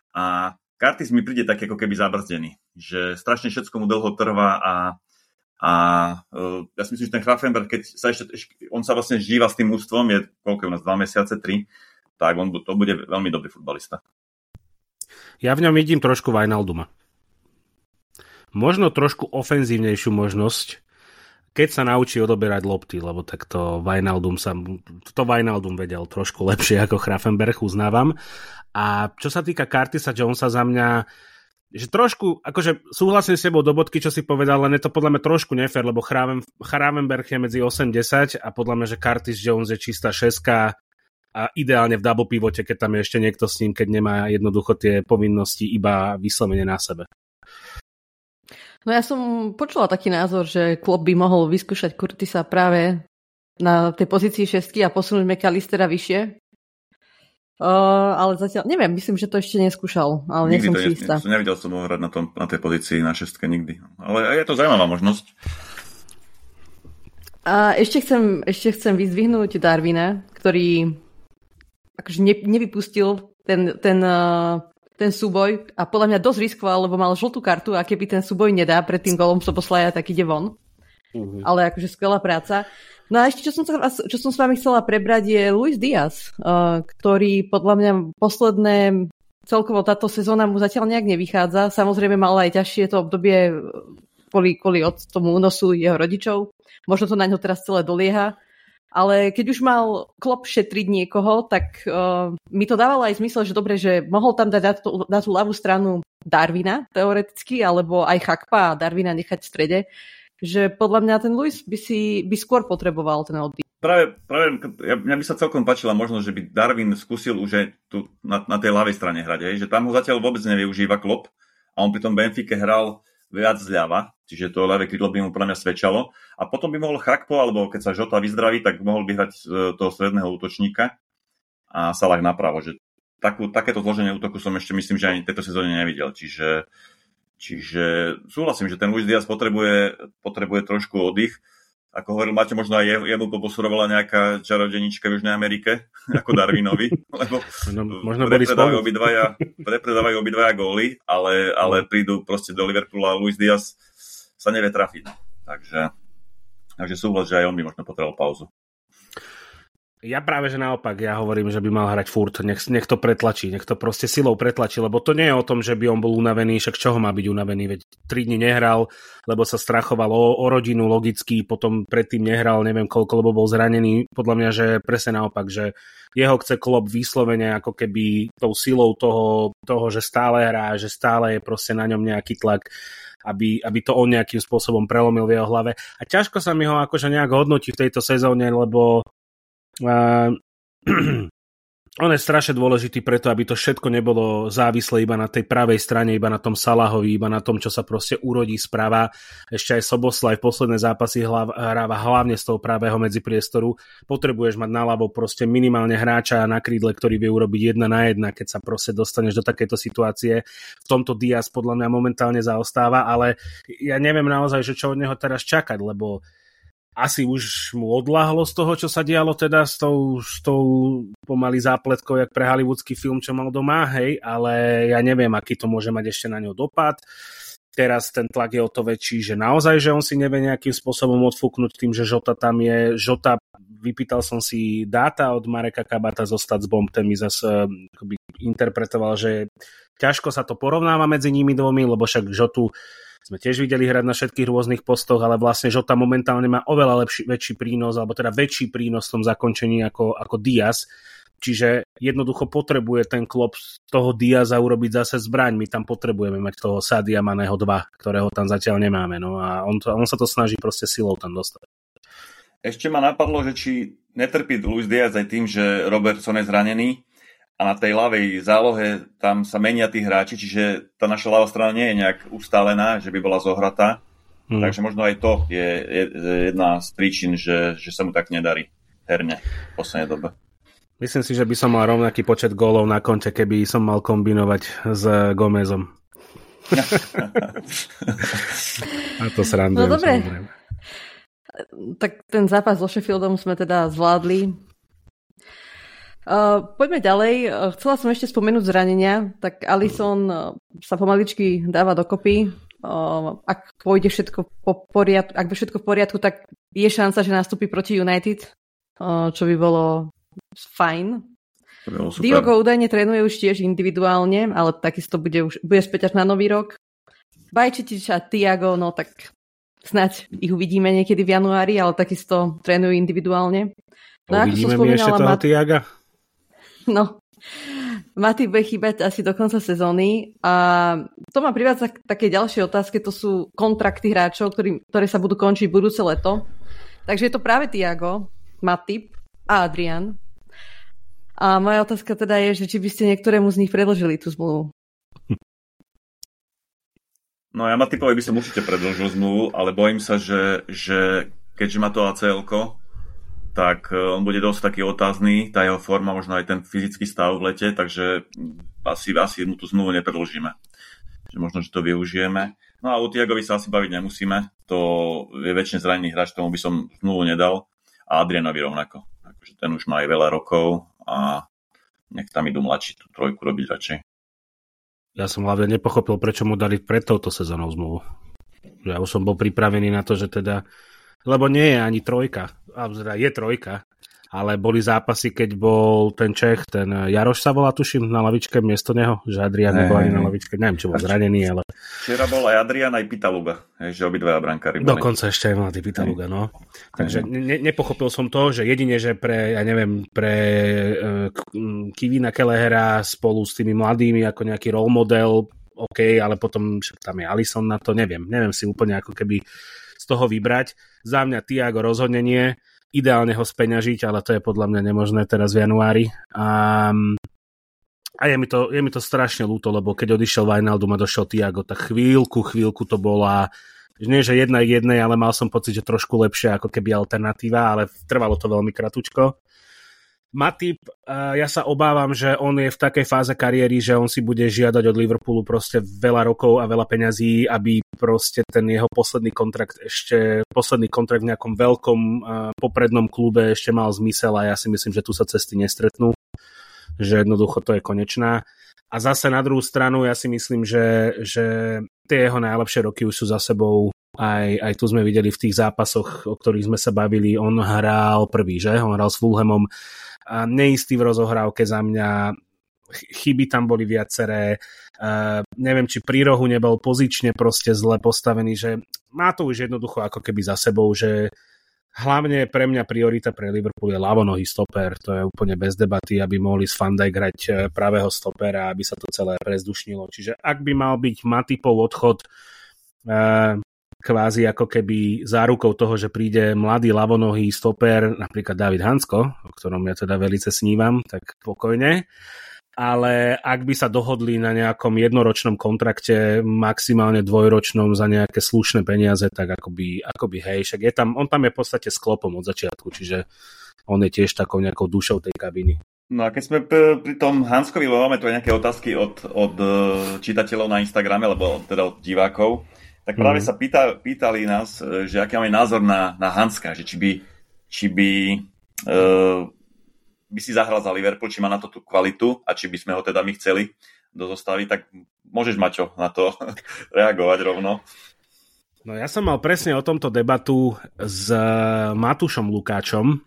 A Curtis mi príde tak ako keby zabrzdený, že strašne všetko mu dlho trvá a, a uh, ja si myslím, že ten Grafenberg, keď sa ešte, on sa vlastne žíva s tým ústvom, je koľko je u nás, dva mesiace, tri, tak on to bude veľmi dobrý futbalista. Ja v ňom vidím trošku Wijnalduma. Možno trošku ofenzívnejšiu možnosť, keď sa naučí odoberať lopty, lebo tak to Wijnaldum sa, to Wijnaldum vedel trošku lepšie ako Grafenberg, uznávam. A čo sa týka Curtisa Jonesa za mňa, že trošku, akože súhlasím s tebou do bodky, čo si povedal, len je to podľa mňa trošku nefér, lebo Gravenberch je medzi osem desať a podľa mňa, že Curtis Jones je čistá šestka a ideálne v double pivote, keď tam je ešte niekto s ním, keď nemá jednoducho tie povinnosti iba vyslovene na sebe. No ja som počula taký názor, že Klopp by mohol vyskúšať Curtisa práve na tej pozícii šestky a posunúť McAllistera vyššie. Uh, ale zatiaľ, neviem, myslím, že to ešte neskúšal, ale nie som si istá. Nikdy to nevidel som ho hrať na, tom, na tej pozícii na šestke nikdy. Ale je to zaujímavá možnosť. A ešte chcem, ešte chcem vyzdvihnúť Darwina, ktorý akože ne, nevypustil ten, ten, uh, ten súboj a podľa mňa dosť riskoval, lebo mal žltú kartu a keby ten súboj nedá pred tým golom Soboslaja, tak ide von. Uh-huh. Ale akože skvelá práca. No a ešte, čo som, čo som s vami chcela prebrať, je Luis Diaz, uh, ktorý podľa mňa posledné, celkovo táto sezóna mu zatiaľ nejak nevychádza. Samozrejme mal aj ťažšie to obdobie kvôli, kvôli od tomu únosu jeho rodičov. Možno to na ňo teraz celé dolieha. Ale keď už mal Klopp šetriť niekoho, tak uh, mi to dávalo aj zmysel, že dobre, že mohol tam dať na tú, na tú ľavú stranu Darwina teoreticky, alebo aj Chakpa a Darwina nechať v strede. Že podľa mňa ten Luis by si by skôr potreboval ten oddych. Práve, práve ja, mňa by sa celkom páčila možnosť, že by Darwin skúsil už aj tu na, na tej ľavej strane hrať, hej? Že tam ho zatiaľ vôbec nevyužíva Klopp a on pri tom Benfique hral viac zľava, čiže to ľavé krídlo by mu podľa mňa svedčalo. A potom by mohol Chakpo, alebo keď sa Žota vyzdraví, tak mohol by hrať toho stredného útočníka a Salah napravo. Že takú, takéto zloženie útoku som ešte myslím, že ani v tejto sezóne nevidel. Čiže, čiže súhlasím, že ten Luis Diaz potrebuje, potrebuje trošku oddych. Ako hovoril Maťo, možno aj jemu poposúrovala nejaká čarodenička v Južnej Amerike, ako Darwinovi, lebo no, možno prepredávajú obidvaja, prepredávajú obidvaja góly, ale, ale prídu proste do Liverpoolu a Luis Diaz sa nevie trafiť. Takže, takže súhlas, že aj on by možno potreboval pauzu. Ja práve, že naopak, ja hovorím, že by mal hrať furt, nech, nech to pretlačí, nech to proste silou pretlačí, lebo to nie je o tom, že by on bol unavený, však čoho má byť unavený, veď tri dni nehral, lebo sa strachoval o, o rodinu logicky, potom predtým nehral, neviem koľko, lebo bol zranený, podľa mňa, že presne naopak, že jeho chce Klopp vyslovene ako keby tou silou toho, toho, že stále hrá, že stále je proste na ňom nejaký tlak, aby, aby to on nejakým spôsobom prelomil v jeho hlave. A ťažko sa mi ho akože nejak hodnotí v tejto sezóne, lebo Uh, on je strašne dôležitý preto, aby to všetko nebolo závislé iba na tej pravej strane, iba na tom Salahovi, iba na tom, čo sa proste urodí správa. Ešte aj Soboslaj v posledné zápasy hlav, hráva hlavne z toho pravého medzipriestoru. Potrebuješ mať naľavo proste minimálne hráča na krídle, ktorý vie urobiť jedna na jedna, keď sa proste dostaneš do takejto situácie. V tomto Diaz podľa mňa momentálne zaostáva, ale ja neviem naozaj, že čo od neho teraz čakať, lebo asi už mu odľahlo z toho, čo sa dialo teda s tou, s tou pomaly zápletkou, jak pre hollywoodský film, čo mal doma, hej, ale ja neviem, aký to môže mať ešte na ňo dopad. Teraz ten tlak je o to väčší, že naozaj, že on si nevie nejakým spôsobom odfúknuť tým, že Žota tam je. Žota, vypýtal som si dáta od Mareka Kabata zo Statsbomb, ten mi zase akoby interpretoval, že ťažko sa to porovnáva medzi nimi dvomi, lebo však Žotu sme tiež videli hrať na všetkých rôznych postoch, ale vlastne Žota momentálne má oveľa lepší, väčší prínos, alebo teda väčší prínos v tom zakončení ako, ako Diaz. Čiže jednoducho potrebuje ten Klopp z toho Diaza urobiť zase zbraň. My tam potrebujeme mať toho Sadia Maného dva, ktorého tam zatiaľ nemáme. No a on, to, on sa to snaží proste silou tam dostať. Ešte ma napadlo, že či netrpí Luis Diaz aj tým, že Robertson je zranený, a na tej ľavej zálohe tam sa menia tí hráči, čiže tá naša ľavá strana nie je nejak ustálená, že by bola zohratá. Hmm. Takže možno aj to je jedna z príčin, že, že sa mu tak nedarí herne v poslednej dobe. Myslím si, že by som mal rovnaký počet gólov na konte, keby som mal kombinovať s Gomezom. A to srandujem. No dobre. Samozrejme. Tak ten zápas so Sheffieldom sme teda zvládli. Uh, poďme ďalej. Uh, chcela som ešte spomenúť zranenia. Tak Alisson uh, sa pomaličky dáva dokopy. Uh, ak pôjde všetko po poriadku, ak by všetko v poriadku, tak je šanca, že nastúpi proti United, uh, čo by bolo fajn. Diogo údajne trénuje už tiež individuálne, ale takisto bude, už, bude späť až na nový rok. Bajčetič a Thiago, no tak snáď ich uvidíme niekedy v januári, ale takisto trénujú individuálne. No, uvidíme mi ešte toho Mat- Thiaga? No, Matip bude chýbať asi do konca sezóny a to ma privádza k také ďalšie otázke, to sú kontrakty hráčov, ktorý, ktoré sa budú končiť budúce leto. Takže je to práve Thiago, Matip a Adrian. A moja otázka teda je, že či by ste niektorému z nich predĺžili tú zmluvu. No ja Matipovi by som určite predĺžil zmluvu, ale bojím sa, že, že keďže má to á cé elko, tak on bude dosť taký otázny, tá jeho forma, možno aj ten fyzický stav v lete, takže asi, asi mu tú zmluvu nepredĺžime. Že možno, že to využijeme. No a o Thiagovi sa asi baviť nemusíme, to je väčšine zranený hráč, tomu by som zmluvu nedal a Adrianovi rovnako. Takže ten už má aj veľa rokov a nech tam idú mladší tú trojku robiť radšej. Ja som hlavne nepochopil, prečo mu dali pred touto sezónou zmluvu. Ja už som bol pripravený na to, že teda lebo nie je ani trojka, je trojka, ale boli zápasy, keď bol ten Čech, ten Jaroš sa volá, tuším, na lavičke miesto neho, že Adrian hey, nebol ani na lavičke, neviem, či bol zranený, ale... Včera bol aj Adrian, aj Pitaluga, že obidvaja brankári boli. Dokonca ešte aj mladý Pitaluga, no. Takže ne, nepochopil som to, že jedine, že pre, ja neviem, pre uh, Kevina Kelehera spolu s tými mladými ako nejaký role model, OK, ale potom tam je Alisson na to, neviem, neviem si úplne ako keby z toho vybrať. Za mňa Thiago rozhodne nie. Ideálne ho speňažiť, ale to je podľa mňa nemožné teraz v januári. A, a je, mi to, je mi to strašne ľúto, lebo keď odišiel Wijnaldum a došiel Thiago, tak chvíľku, chvíľku to bola, nie že jedna k jednej, ale mal som pocit, že trošku lepšia ako keby alternatíva, ale trvalo to veľmi kratučko. Matip, ja sa obávam, že on je v takej fáze kariéry, že on si bude žiadať od Liverpoolu proste veľa rokov a veľa peňazí, aby proste ten jeho posledný kontrakt ešte, posledný kontrakt v nejakom veľkom poprednom klube ešte mal zmysel a ja si myslím, že tu sa cesty nestretnú, že jednoducho to je konečná. A zase na druhú stranu ja si myslím, že, že tie jeho najlepšie roky už sú za sebou. Aj, aj tu sme videli v tých zápasoch, o ktorých sme sa bavili, on hral prvý, že? On hral s Fulhamom. A neistý v rozohrávke za mňa, chyby tam boli viaceré, uh, neviem, či pri rohu nebol pozične proste zle postavený, že má to už jednoducho ako keby za sebou, že hlavne pre mňa priorita pre Liverpool je ľavonohý stoper, to je úplne bez debaty, aby mohli s Van Dijk hrať pravého stopera, aby sa to celé prezdušnilo. Čiže ak by mal byť Matipov odchod uh, kvázi ako keby zárukou toho, že príde mladý ľavonohý stoper, napríklad David Hansko, o ktorom ja teda velice snívam, tak pokojne. Ale ak by sa dohodli na nejakom jednoročnom kontrakte, maximálne dvojročnom za nejaké slušné peniaze, tak akoby, akoby hej, však je tam, on tam je v podstate sklopom od začiatku, čiže on je tiež takou nejakou dušou tej kabiny. No a keď sme pri tom Hanskovi, máme tu aj nejaké otázky od, od čitateľov na Instagrame, alebo teda od divákov, tak práve mm. sa pýta, pýtali nás, že aký máme názor na, na Hanska, že či by, či by, uh, by si zahral za Liverpool, či má na to tú kvalitu a či by sme ho teda my chceli do zostavy, tak môžeš, Maťo, na to reagovať rovno. No ja som mal presne o tomto debatu s Matúšom Lukáčom.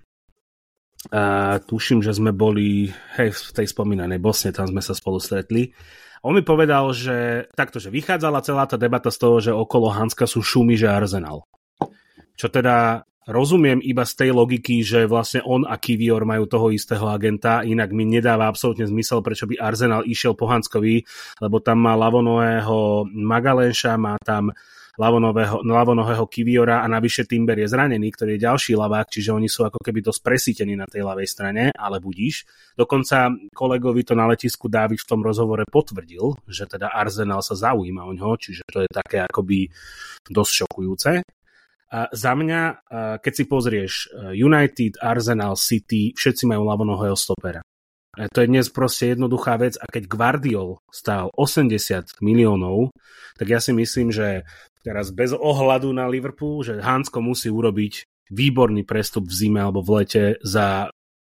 Uh, tuším, že sme boli hej, v tej spomínanej Bosne, tam sme sa spolu stretli. On mi povedal, že takto, že vychádzala celá tá debata z toho, že okolo Hanska sú šumy, že Arsenal. Čo teda rozumiem iba z tej logiky, že vlastne on a Kivior majú toho istého agenta, inak mi nedáva absolútne zmysel, prečo by Arsenal išiel po Hanskovi, lebo tam má ľavonohého Magalenša, má tam ľavonohého Kiviora a navyše Timber je zranený, ktorý je ďalší ľavák, čiže oni sú ako keby dosť presítení na tej ľavej strane, ale budíš. Dokonca kolegovi to na letisku Dávid v tom rozhovore potvrdil, že teda Arsenal sa zaujíma o ňoho, čiže to je také akoby dosť šokujúce. A za mňa, keď si pozrieš United, Arsenal, City, všetci majú ľavonohého stopera. To je dnes proste jednoduchá vec a keď Guardiol stál osemdesiat miliónov, tak ja si myslím, že teraz bez ohľadu na Liverpool, že Hansko musí urobiť výborný prestup v zime alebo v lete za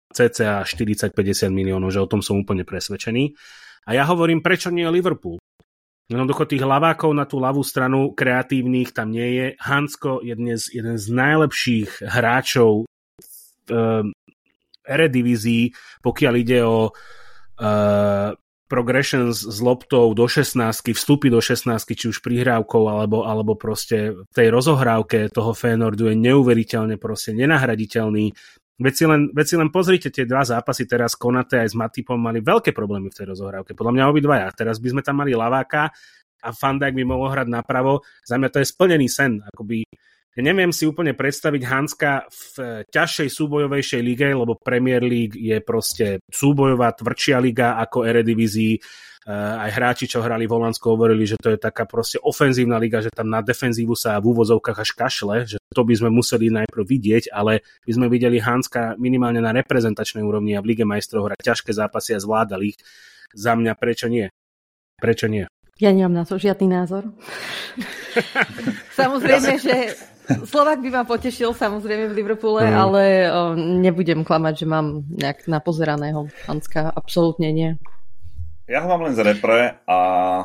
cca štyridsať päťdesiat miliónov, že o tom som úplne presvedčený. A ja hovorím, prečo nie Liverpool? Jednoducho tých lavákov na tú ľavú stranu kreatívnych tam nie je. Hansko je dnes jeden z najlepších hráčov v uh, Eredivízii, pokiaľ ide o uh, progressions s loptou do šestnástky, vstupy do šestnástky, či už prihrávkou, alebo, alebo proste v tej rozohrávke toho Feyenoordu je neuveriteľne proste nenahraditeľný. Veď si, len, veď si len pozrite tie dva zápasy teraz, Konate aj s Matipom mali veľké problémy v tej rozohrávke. Podľa mňa obidvaja. Teraz by sme tam mali laváka a Van Dijk by mohol hrať napravo. Za mňa to je splnený sen. Akoby, ja neviem si úplne predstaviť Hanska v ťažšej súbojovejšej lige, lebo Premier League je proste súbojová tvrdšia liga ako Eredivízii. Uh, aj hráči, čo hrali v Holandsku, hovorili, že to je taká proste ofenzívna liga, že tam na defenzívu sa v úvozovkách až kašle, že to by sme museli najprv vidieť, ale by sme videli Hanska minimálne na reprezentačnej úrovni a v Lige majstrov hrať ťažké zápasy a zvládali ich. Za mňa prečo nie? Prečo nie? Ja nemám na to žiadny názor. Samozrejme, že Slovák by ma potešil samozrejme v Liverpoole, mm. ale o, nebudem klamať, že mám nejak napozeraného Hanska. Absolútne nie. Ja ho mám len z repre a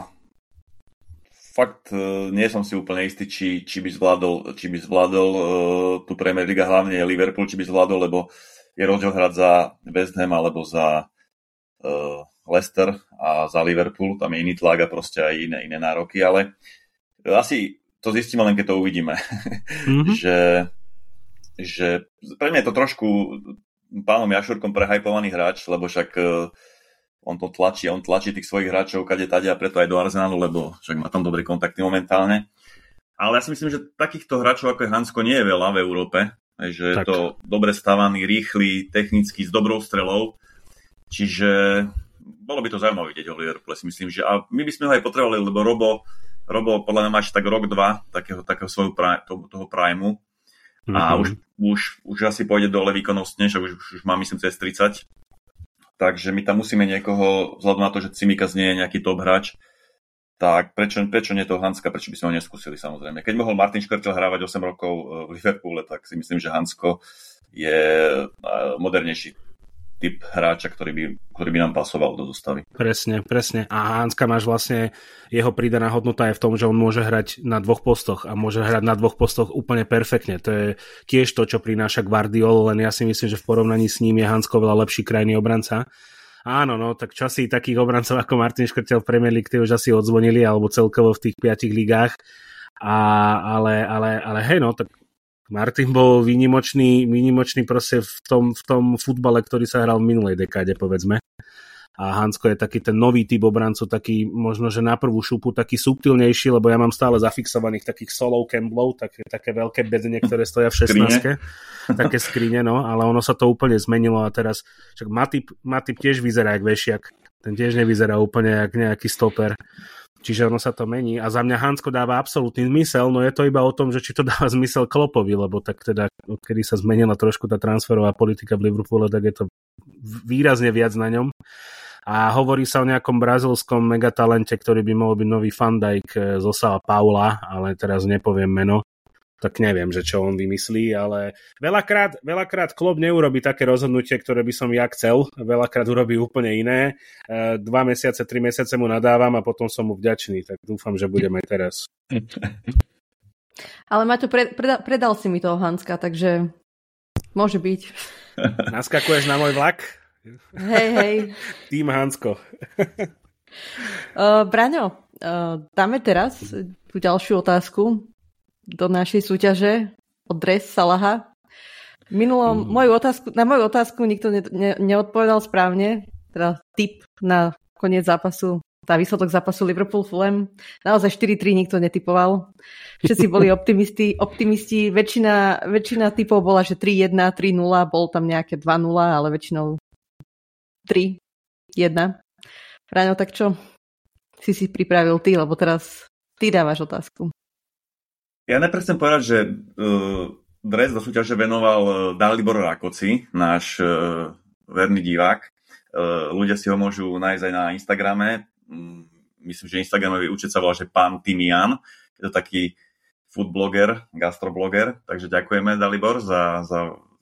fakt nie som si úplne istý, či, či by zvládol, či by zvládol uh, tú Premier League, hlavne Liverpool, či by zvládol, lebo je rozdiel hrať za West Ham alebo za uh, Leicester a za Liverpool, tam je iný tlak a proste aj iné, iné nároky, ale asi to zistíme len, keď to uvidíme. Mm-hmm. že, že pre mňa je to trošku pánom Jašurkom prehajpovaný hráč, lebo však uh, on to tlačí, on tlačí tých svojich hráčov kade tade a preto aj do Arsenalu, lebo však má tam dobré kontakty momentálne. Ale ja si myslím, že takýchto hráčov ako je Hansko nie je veľa v Európe, že je to dobre stavaný, rýchly, technicky, s dobrou strelou. Čiže bolo by to zaujímavé vidieť o Liverpoole, si myslím, že a my by sme ho aj potrebovali, lebo Robo, Robo podľa mňa máš tak rok, dva takého, takého svojho prime, toho, toho primu a mm-hmm. už, už, už asi pôjde dole výkonnostne, že už, už má myslím cez tridsať. Takže my tam musíme niekoho, vzhľadom na to, že Tsimikas nie je nejaký top hráč, tak prečo, prečo nie toho Hanska, prečo by sme ho neskúsili samozrejme. Keď mohol Martin Škrtel hrávať osem rokov v Liverpoole, tak si myslím, že Hansko je modernejší typ hráča, ktorý by, ktorý by nám pasoval do zostavy. Presne, presne. A Hanska máš vlastne, jeho pridaná hodnota je v tom, že on môže hrať na dvoch postoch a môže hrať na dvoch postoch úplne perfektne. To je tiež to, čo prináša Guardiola, len ja si myslím, že v porovnaní s ním je Hansko veľa lepší krajný obranca. Áno, no, tak časy takých obrancov ako Martin Škrtel v Premier League, tí už asi odzvonili, alebo celkovo v tých piatich ligách. A, ale, ale, ale hej, no, tak Martin bol výnimočný, výnimočný proste v tom, v tom futbale, ktorý sa hral v minulej dekáde, povedzme. A Hansko je taký ten nový typ obrancu, taký možno, že na prvú šupu taký subtilnejší, lebo ja mám stále zafixovaných takých solov Campbellov, také, také veľké bedne, ktoré stoja v šestnástke. Také skrine, no, ale ono sa to úplne zmenilo a teraz, však Matip, Matip tiež vyzerá jak vešiak. Ten tiež nevyzerá úplne jak nejaký stoper. Čiže ono sa to mení a za mňa Hansko dáva absolútny zmysel, no je to iba o tom, že či to dáva zmysel Kloppovi, lebo tak teda, odkedy sa zmenila trošku tá transferová politika v Liverpoole, tak je to výrazne viac na ňom. A hovorí sa o nejakom brazilskom megatalente, ktorý by mohol byť nový Van Dijk zo São Paula, ale teraz nepoviem meno. Tak neviem, že čo on vymyslí, ale veľakrát, veľakrát Klopp neurobí také rozhodnutie, ktoré by som ja chcel. Veľakrát urobí úplne iné. Dva mesiace, tri mesiace mu nadávam a potom som mu vďačný. Tak dúfam, že budem aj teraz. Ale Maťo, pred, predal, predal si mi toho Hanska, takže môže byť. Naskakuješ na môj vlak? Hej, hej. Tým Hansko. uh, Braňo, uh, dáme teraz tú ďalšiu otázku do našej súťaže od Dres Salaha. Minulom, mm. moju otázku, na moju otázku nikto ne, ne, neodpovedal správne, teda tip na koniec zápasu, tá výsledok zápasu Liverpool-Fulham. Naozaj štyri tri nikto netipoval. Všetci boli optimisti, optimisti. Väčšina, väčšina typov bola, že tri jedna, tri nula, bol tam nejaké dva nula, ale väčšinou tri jedna. Ráňo, tak čo si si pripravil ty, lebo teraz ty dávaš otázku. Ja najprv chcem povedať, že uh, dres do súťaže venoval uh, Dalibor Rakoci, náš uh, verný divák. Uh, ľudia si ho môžu nájsť aj na Instagrame. Um, myslím, že Instagramový účet sa volá, že Pán Timian. Je to taký food bloger, gastrobloger. Takže ďakujeme, Dalibor, za, za,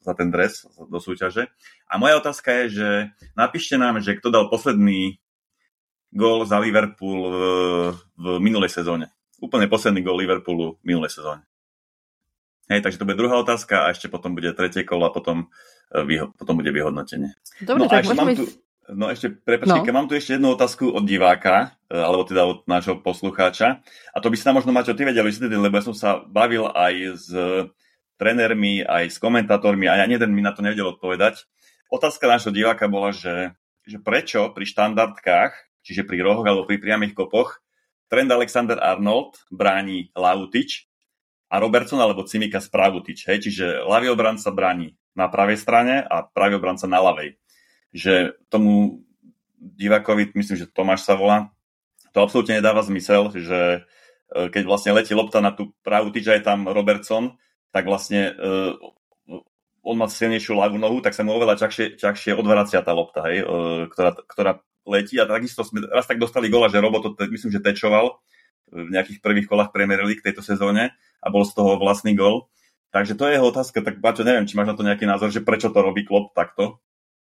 za ten dres do súťaže. A moja otázka je, že napíšte nám, že kto dal posledný gól za Liverpool v, v minulej sezóne. Úplne posledný gól Liverpoolu v minulej sezóne. Hej, takže to bude druhá otázka a ešte potom bude tretie kolo a potom, vyho- potom bude vyhodnotenie. Dobre, no, tak ešte mám tu, no ešte, prepáčte, no. mám tu ešte jednu otázku od diváka, alebo teda od nášho poslucháča. A to by si nám možno, Maťo, ty vedel vysvetliť, lebo ja som sa bavil aj s trénermi, aj s komentátormi a ja jeden mi na to nevedel odpovedať. Otázka nášho diváka bola, že, že prečo pri štandardkách, čiže pri rohoch alebo pri priamých kopoch, Trent Alexander-Arnold bráni Lautič a Robertson alebo Cimika Pravutič. Hej? Čiže ľavý obranca bráni na pravej strane a pravý obranca na ľavej. Že tomu divákovi, myslím, že Tomáš sa volá, to absolútne nedáva zmysel, že keď vlastne letí lopta na tú Pravutič a je tam Robertson, tak vlastne uh, on má silnejšiu ľavú nohu, tak sa mu oveľa čakšie, čakšie odvracia tá lopta, hej? Uh, ktorá, ktorá letí a takisto sme raz tak dostali gola, že Robo to, myslím, že tečoval v nejakých prvých kolách Premier League tejto sezóne a bol z toho vlastný gol. Takže to je jeho otázka, tak Baťo, neviem, či máš na to nejaký názor, že prečo to robí Klopp takto?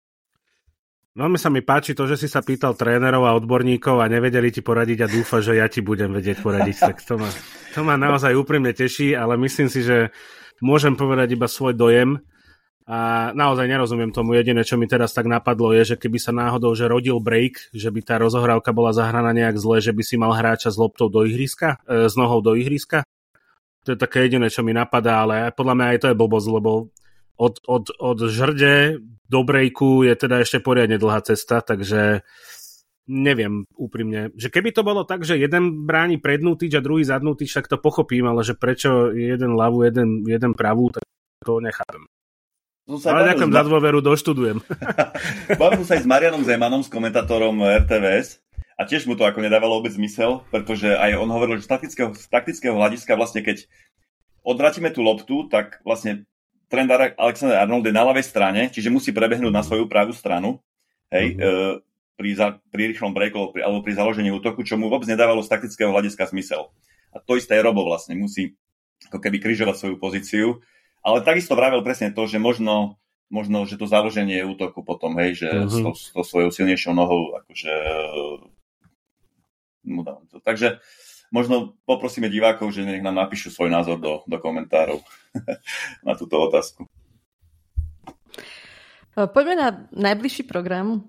Veľmi sa mi páči to, že si sa pýtal trénerov a odborníkov a nevedeli ti poradiť a dúfa, že ja ti budem vedieť poradiť. Tak to ma, to ma naozaj úprimne teší, ale myslím si, že môžem povedať iba svoj dojem. A naozaj nerozumiem tomu. Jediné, čo mi teraz tak napadlo, je, že keby sa náhodou že rodil break, že by tá rozohrávka bola zahraná nejak zle, že by si mal hráča s loptou do ihriska, e, s nohou do ihriska. To je také jediné, čo mi napadá, ale podľa mňa aj to je blbosť, lebo od, od, od žrde do breaku je teda ešte poriadne dlhá cesta, takže neviem úprimne. Že keby to bolo tak, že jeden bráni prednú tyč a druhý zadnú tyč, tak to pochopím, ale že prečo jeden ľavú, jeden, jeden pravú, tak to nechápem. Ale ďakujem za dôveru, doštudujem. Bavím sa aj s Marianom Zemanom, s komentátorom er té vé es a tiež mu to ako nedávalo vôbec zmysel, pretože aj on hovoril, že z taktického, z taktického hľadiska vlastne keď odvratíme tú loptu, tak vlastne Trent Alexander-Arnold je na ľavej strane, čiže musí prebehnúť na svoju pravú stranu, hej, mm-hmm. e, pri, za, pri rýchlom breaku pri, alebo pri založení útoku, čo mu vôbec nedávalo z taktického hľadiska zmysel. A to isté je Robo vlastne, musí ako keby križovať svoju pozíciu. Ale takisto vravel presne to, že možno, možno že to založenie útoku potom, hej, že uh-huh. s, to, s to svojou silnejšou nohou, akože... No, takže možno poprosíme divákov, že nech nám napíšu svoj názor do, do komentárov na túto otázku. Poďme na najbližší program.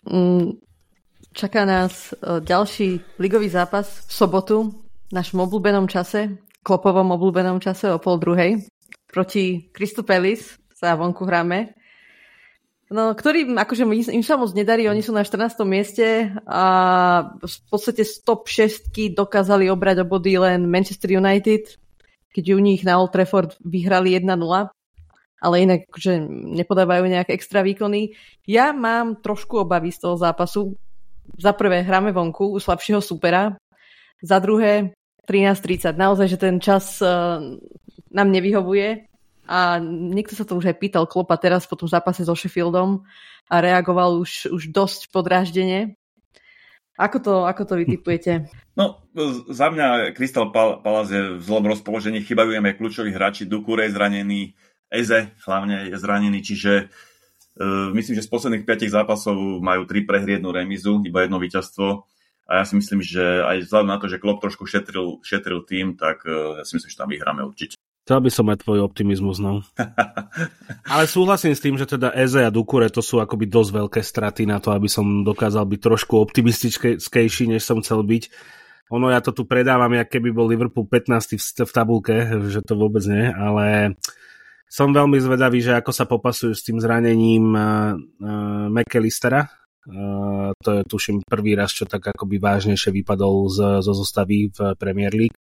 Čaká nás ďalší ligový zápas v sobotu v našom obľúbenom čase, Kloppovom obľúbenom čase o pol druhej. Proti Crystal Palace sa vonku hráme. No, ktorým, akože im sa moc nedarí, oni sú na štrnástom mieste a v podstate z top šesť dokázali obrať o body len Manchester United, keď u nich na Old Trafford vyhrali jedna nula, ale inak akože nepodávajú nejaké extra výkony. Ja mám trošku obavy z toho zápasu. Za prvé hráme vonku u slabšieho supera, za druhé trinásť tridsať. Naozaj, že ten čas uh, nám nevyhovuje a niekto sa to už aj pýtal Kloppa teraz po tom zápase so Sheffieldom a reagoval už, už dosť podráždene. Ako to, ako to vy tipujete? No, za mňa Crystal Palace je v zlom rozpoložení, chýbajú im aj kľúčoví hráči, Doucouré je zranený, Eze hlavne je zranený, čiže uh, myslím, že z posledných piatich zápasov majú tri prehry, jednu remízu, iba jedno víťazstvo. A ja si myslím, že aj vzhľadom na to, že Klopp trošku šetril, šetril tým, tak uh, ja si myslím, že tam vyhráme určite. Chcel by som mať tvoj optimizmus, no. Ale súhlasím s tým, že teda Eze a Doucouré to sú akoby dosť veľké straty na to, aby som dokázal byť trošku optimistickejší, než som chcel byť. Ono, ja to tu predávam, jak keby bol Liverpool pätnásty v, v tabulke, že to vôbec nie, ale som veľmi zvedavý, že ako sa popasujú s tým zranením uh, uh, McAllistera. Uh, to je, tuším, prvý raz, čo tak akoby vážnejšie vypadol z, zo zostavy v Premier League.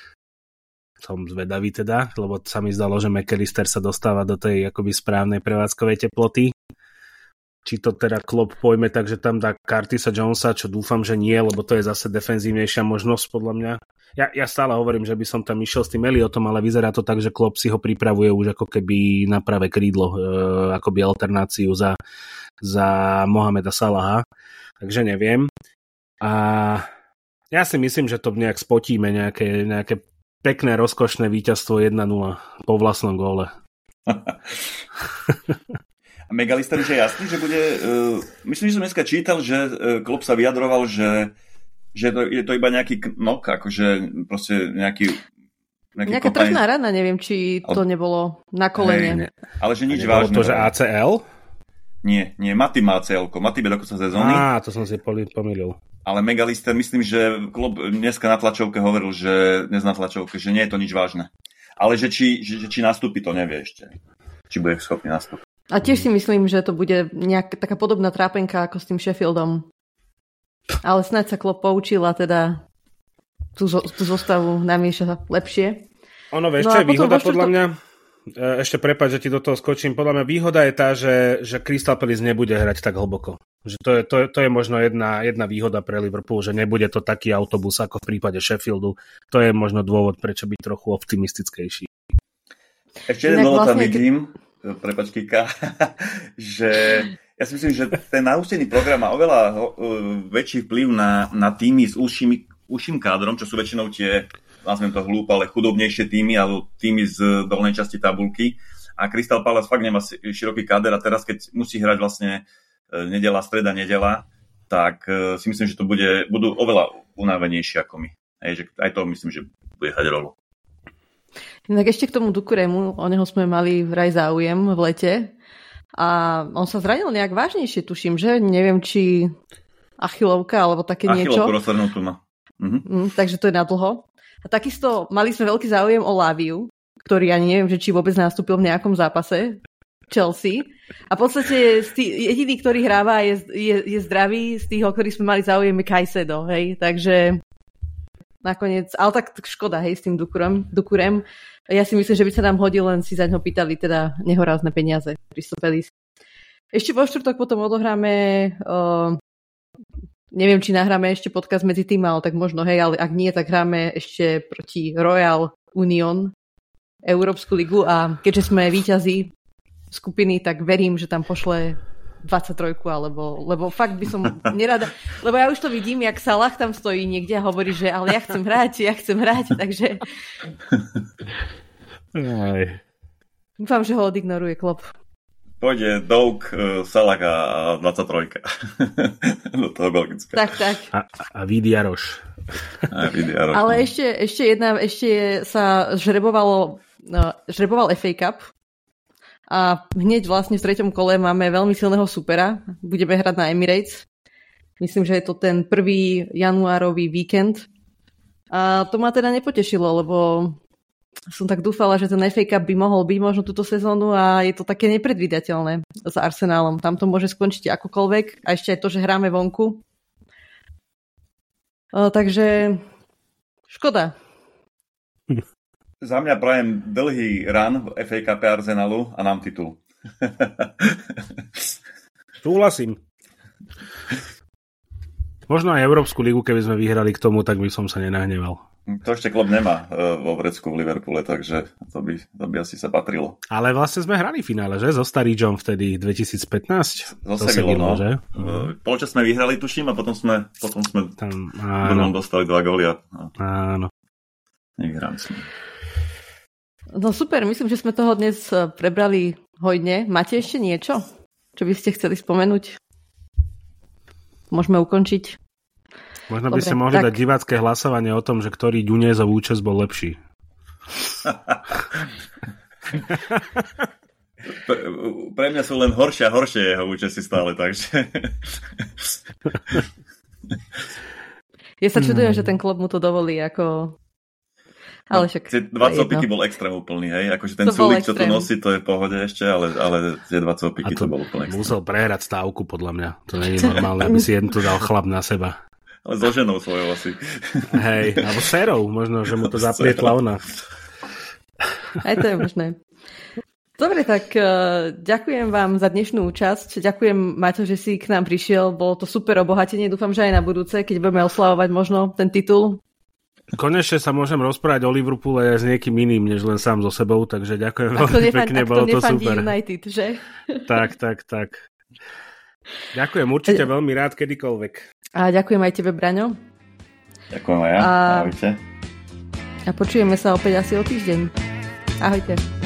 Som zvedavý teda, lebo sa mi zdalo, že McAllister sa dostáva do tej akoby správnej prevádzkovej teploty. Či to teda Klopp pojme tak, že tam dá Curtisa Jonesa, čo dúfam, že nie, lebo to je zase defenzívnejšia možnosť podľa mňa. Ja, ja stále hovorím, že by som tam išiel s tým Elliotom, ale vyzerá to tak, že Klopp si ho pripravuje už ako keby na pravé krídlo, e, akoby alternáciu za, za Mohameda Salaha. Takže neviem. A ja si myslím, že to nejak spotíme, nejaké, nejaké pekné, rozkošné víťazstvo jedna nula po vlastnom góle. A McAllister už je jasný, že bude... Uh, myslím, že som dneska čítal, že uh, Klopp sa vyjadroval, že, že to, je to iba nejaký knok, akože proste nejaký... Nejaká kompani... trefná rana, neviem, či to ale... nebolo na kolene. Hej, ale že nič vážne. to, že á cé el? Nie, nie, Matip má á cé elko. Matip je do konca sezóny. Á, to som si pomýlil. Ale McAllister, myslím, že Klopp dneska na tlačovke hovoril, že dnes na tlačovke, že nie je to nič vážne. Ale že či, že, či nastúpi, to nevie ešte. Či bude schopný nastúpiť. A tiež si myslím, že to bude nejak taká podobná trápenka ako s tým Sheffieldom. Ale snáď sa Klopp poučil a teda tú, tú zostavu namieša lepšie. Ono, vieš, čo je výhoda podľa to... mňa? Ešte prepáč, že ti do toho skočím. Podľa mňa výhoda je tá, že, že Crystal Palace nebude hrať tak hlboko. Že to, je, to, je, to je možno jedna, jedna výhoda pre Liverpool, že nebude to taký autobus ako v prípade Sheffieldu. To je možno dôvod, prečo byť trochu optimistickejší. Ešte jeden dôvod tam vidím, prepáč Kika, že ja si myslím, že ten naústený program má oveľa uh, väčší vplyv na, na týmy s užším, užším kádrom, čo sú väčšinou tie, nazviem to hlúpo, ale chudobnejšie týmy, alebo týmy z dolnej časti tabulky. A Crystal Palace fakt nemá široký káder a teraz, keď musí hrať vlastne nedela, streda, nedela, tak uh, si myslím, že to bude, budú oveľa unavenejšie ako my. Hej, že aj to myslím, že bude hrať rolu. Inak ešte k tomu Dukuremu, o neho sme mali vraj záujem v lete a on sa zranil nejak vážnejšie, tuším, že? Neviem, či achilovka alebo také Achilovku niečo. Achilovku roztrhnutú má. Mhm. Mm, takže to je nadlho. A takisto mali sme veľký záujem o Laviu, ktorý ani neviem, že či vôbec nastúpil v nejakom zápase Chelsea. A v podstate tý, jediný, ktorý hráva, je, je, je zdravý, z tých, o ktorých sme mali záujem, je Caicedo, hej, takže nakoniec, ale tak, tak škoda, hej, s tým Dukurem, Dukurem. Ja si myslím, že by sa nám hodil, len si za ňo pýtali teda nehorázne peniaze. Pristúpili. Ešte vo štvrtok potom odohráme, uh, neviem, či nahráme ešte podcast medzi tým, ale tak možno, hej, ale ak nie, tak hráme ešte proti Royal Union, Európsku ligu a keďže sme víťazi skupiny, tak verím, že tam pošle dvadsaťtri, alebo, lebo fakt by som nerada, lebo ja už to vidím, jak Salah tam stojí niekde a hovorí, že ale ja chcem hrať, ja chcem hrať, takže aj. Dúfam, že ho odignoruje Klopp. Pôjde Doug, uh, Salah a dvadsaťtrojka do toho Belgicka. Tak, tak. A, a Vidiaroš. A Vidiaroš. Ale ešte, ešte jedna, ešte sa žrebovalo, no, žreboval ef á Cup. A hneď vlastne v treťom kole máme veľmi silného supera. Budeme hrať na Emirates. Myslím, že je to ten prvý januárový víkend. A to ma teda nepotešilo, lebo som tak dúfala, že ten ef á Cup by mohol byť možno túto sezónu a je to také nepredvídateľné s Arsenálom. Tam to môže skončiť akokoľvek. A ešte aj to, že hráme vonku. O, takže škoda. Za mňa prajem dlhý run v ef á Cupe Arsenalu a nám titul. Súhlasím. Možno aj Európsku ligu, keby sme vyhrali k tomu, tak by som sa nenahneval. To ešte klub nemá vo vrecku v Liverpoole, takže to by, to by asi sa patrilo. Ale vlastne sme hrali finále, že? So Starýčom vtedy dvetisícpätnásť. So Sevillou, no. Že? Polčas sme vyhrali, tuším, a potom sme, potom sme tam dostali dva góly. A... Áno. Nevyhrám sme. No super, myslím, že sme toho dnes prebrali hojne. Máte ešte niečo, čo by ste chceli spomenúť? Môžeme ukončiť. Možno by ste mohli tak dať divácké hlasovanie o tom, že ktorý Ďunézov účes bol lepší. pre, pre mňa sú len horšie a horšie jeho účesy stále, takže... Ja sa čudujem, hmm. že ten klub mu to dovolí, ako... Ale však... Tie dvadsať opiky bol extrém úplný, hej? Akože ten Sulik, čo to nosí, to je v pohode ešte, ale, ale tie dvadsať opiky to, to bol úplný extrém. Musel prehrať stávku, podľa mňa. To nie je normálne, aby si jeden tu dal chlap na seba. Ale so ženou svojou asi. Hej, alebo sérou, možno, že mu to zaplietla ona. Aj to je možné. Dobre, tak uh, ďakujem vám za dnešnú účasť. Ďakujem, Maťo, že si k nám prišiel. Bolo to super obohatenie. Dúfam, že aj na budúce, keď budeme oslavovať možno ten titul. Konečne sa môžem rozprávať o Liverpoole aj s niekým iným, než len sám so sebou, takže ďakujem veľmi pekne, bolo to super. United, že? Tak, tak, tak. Ďakujem, určite veľmi rád kedykoľvek. A ďakujem aj tebe, Braňo. Ďakujem aj ja, a... ahojte. A počujeme sa opäť asi o týždeň. Ahojte.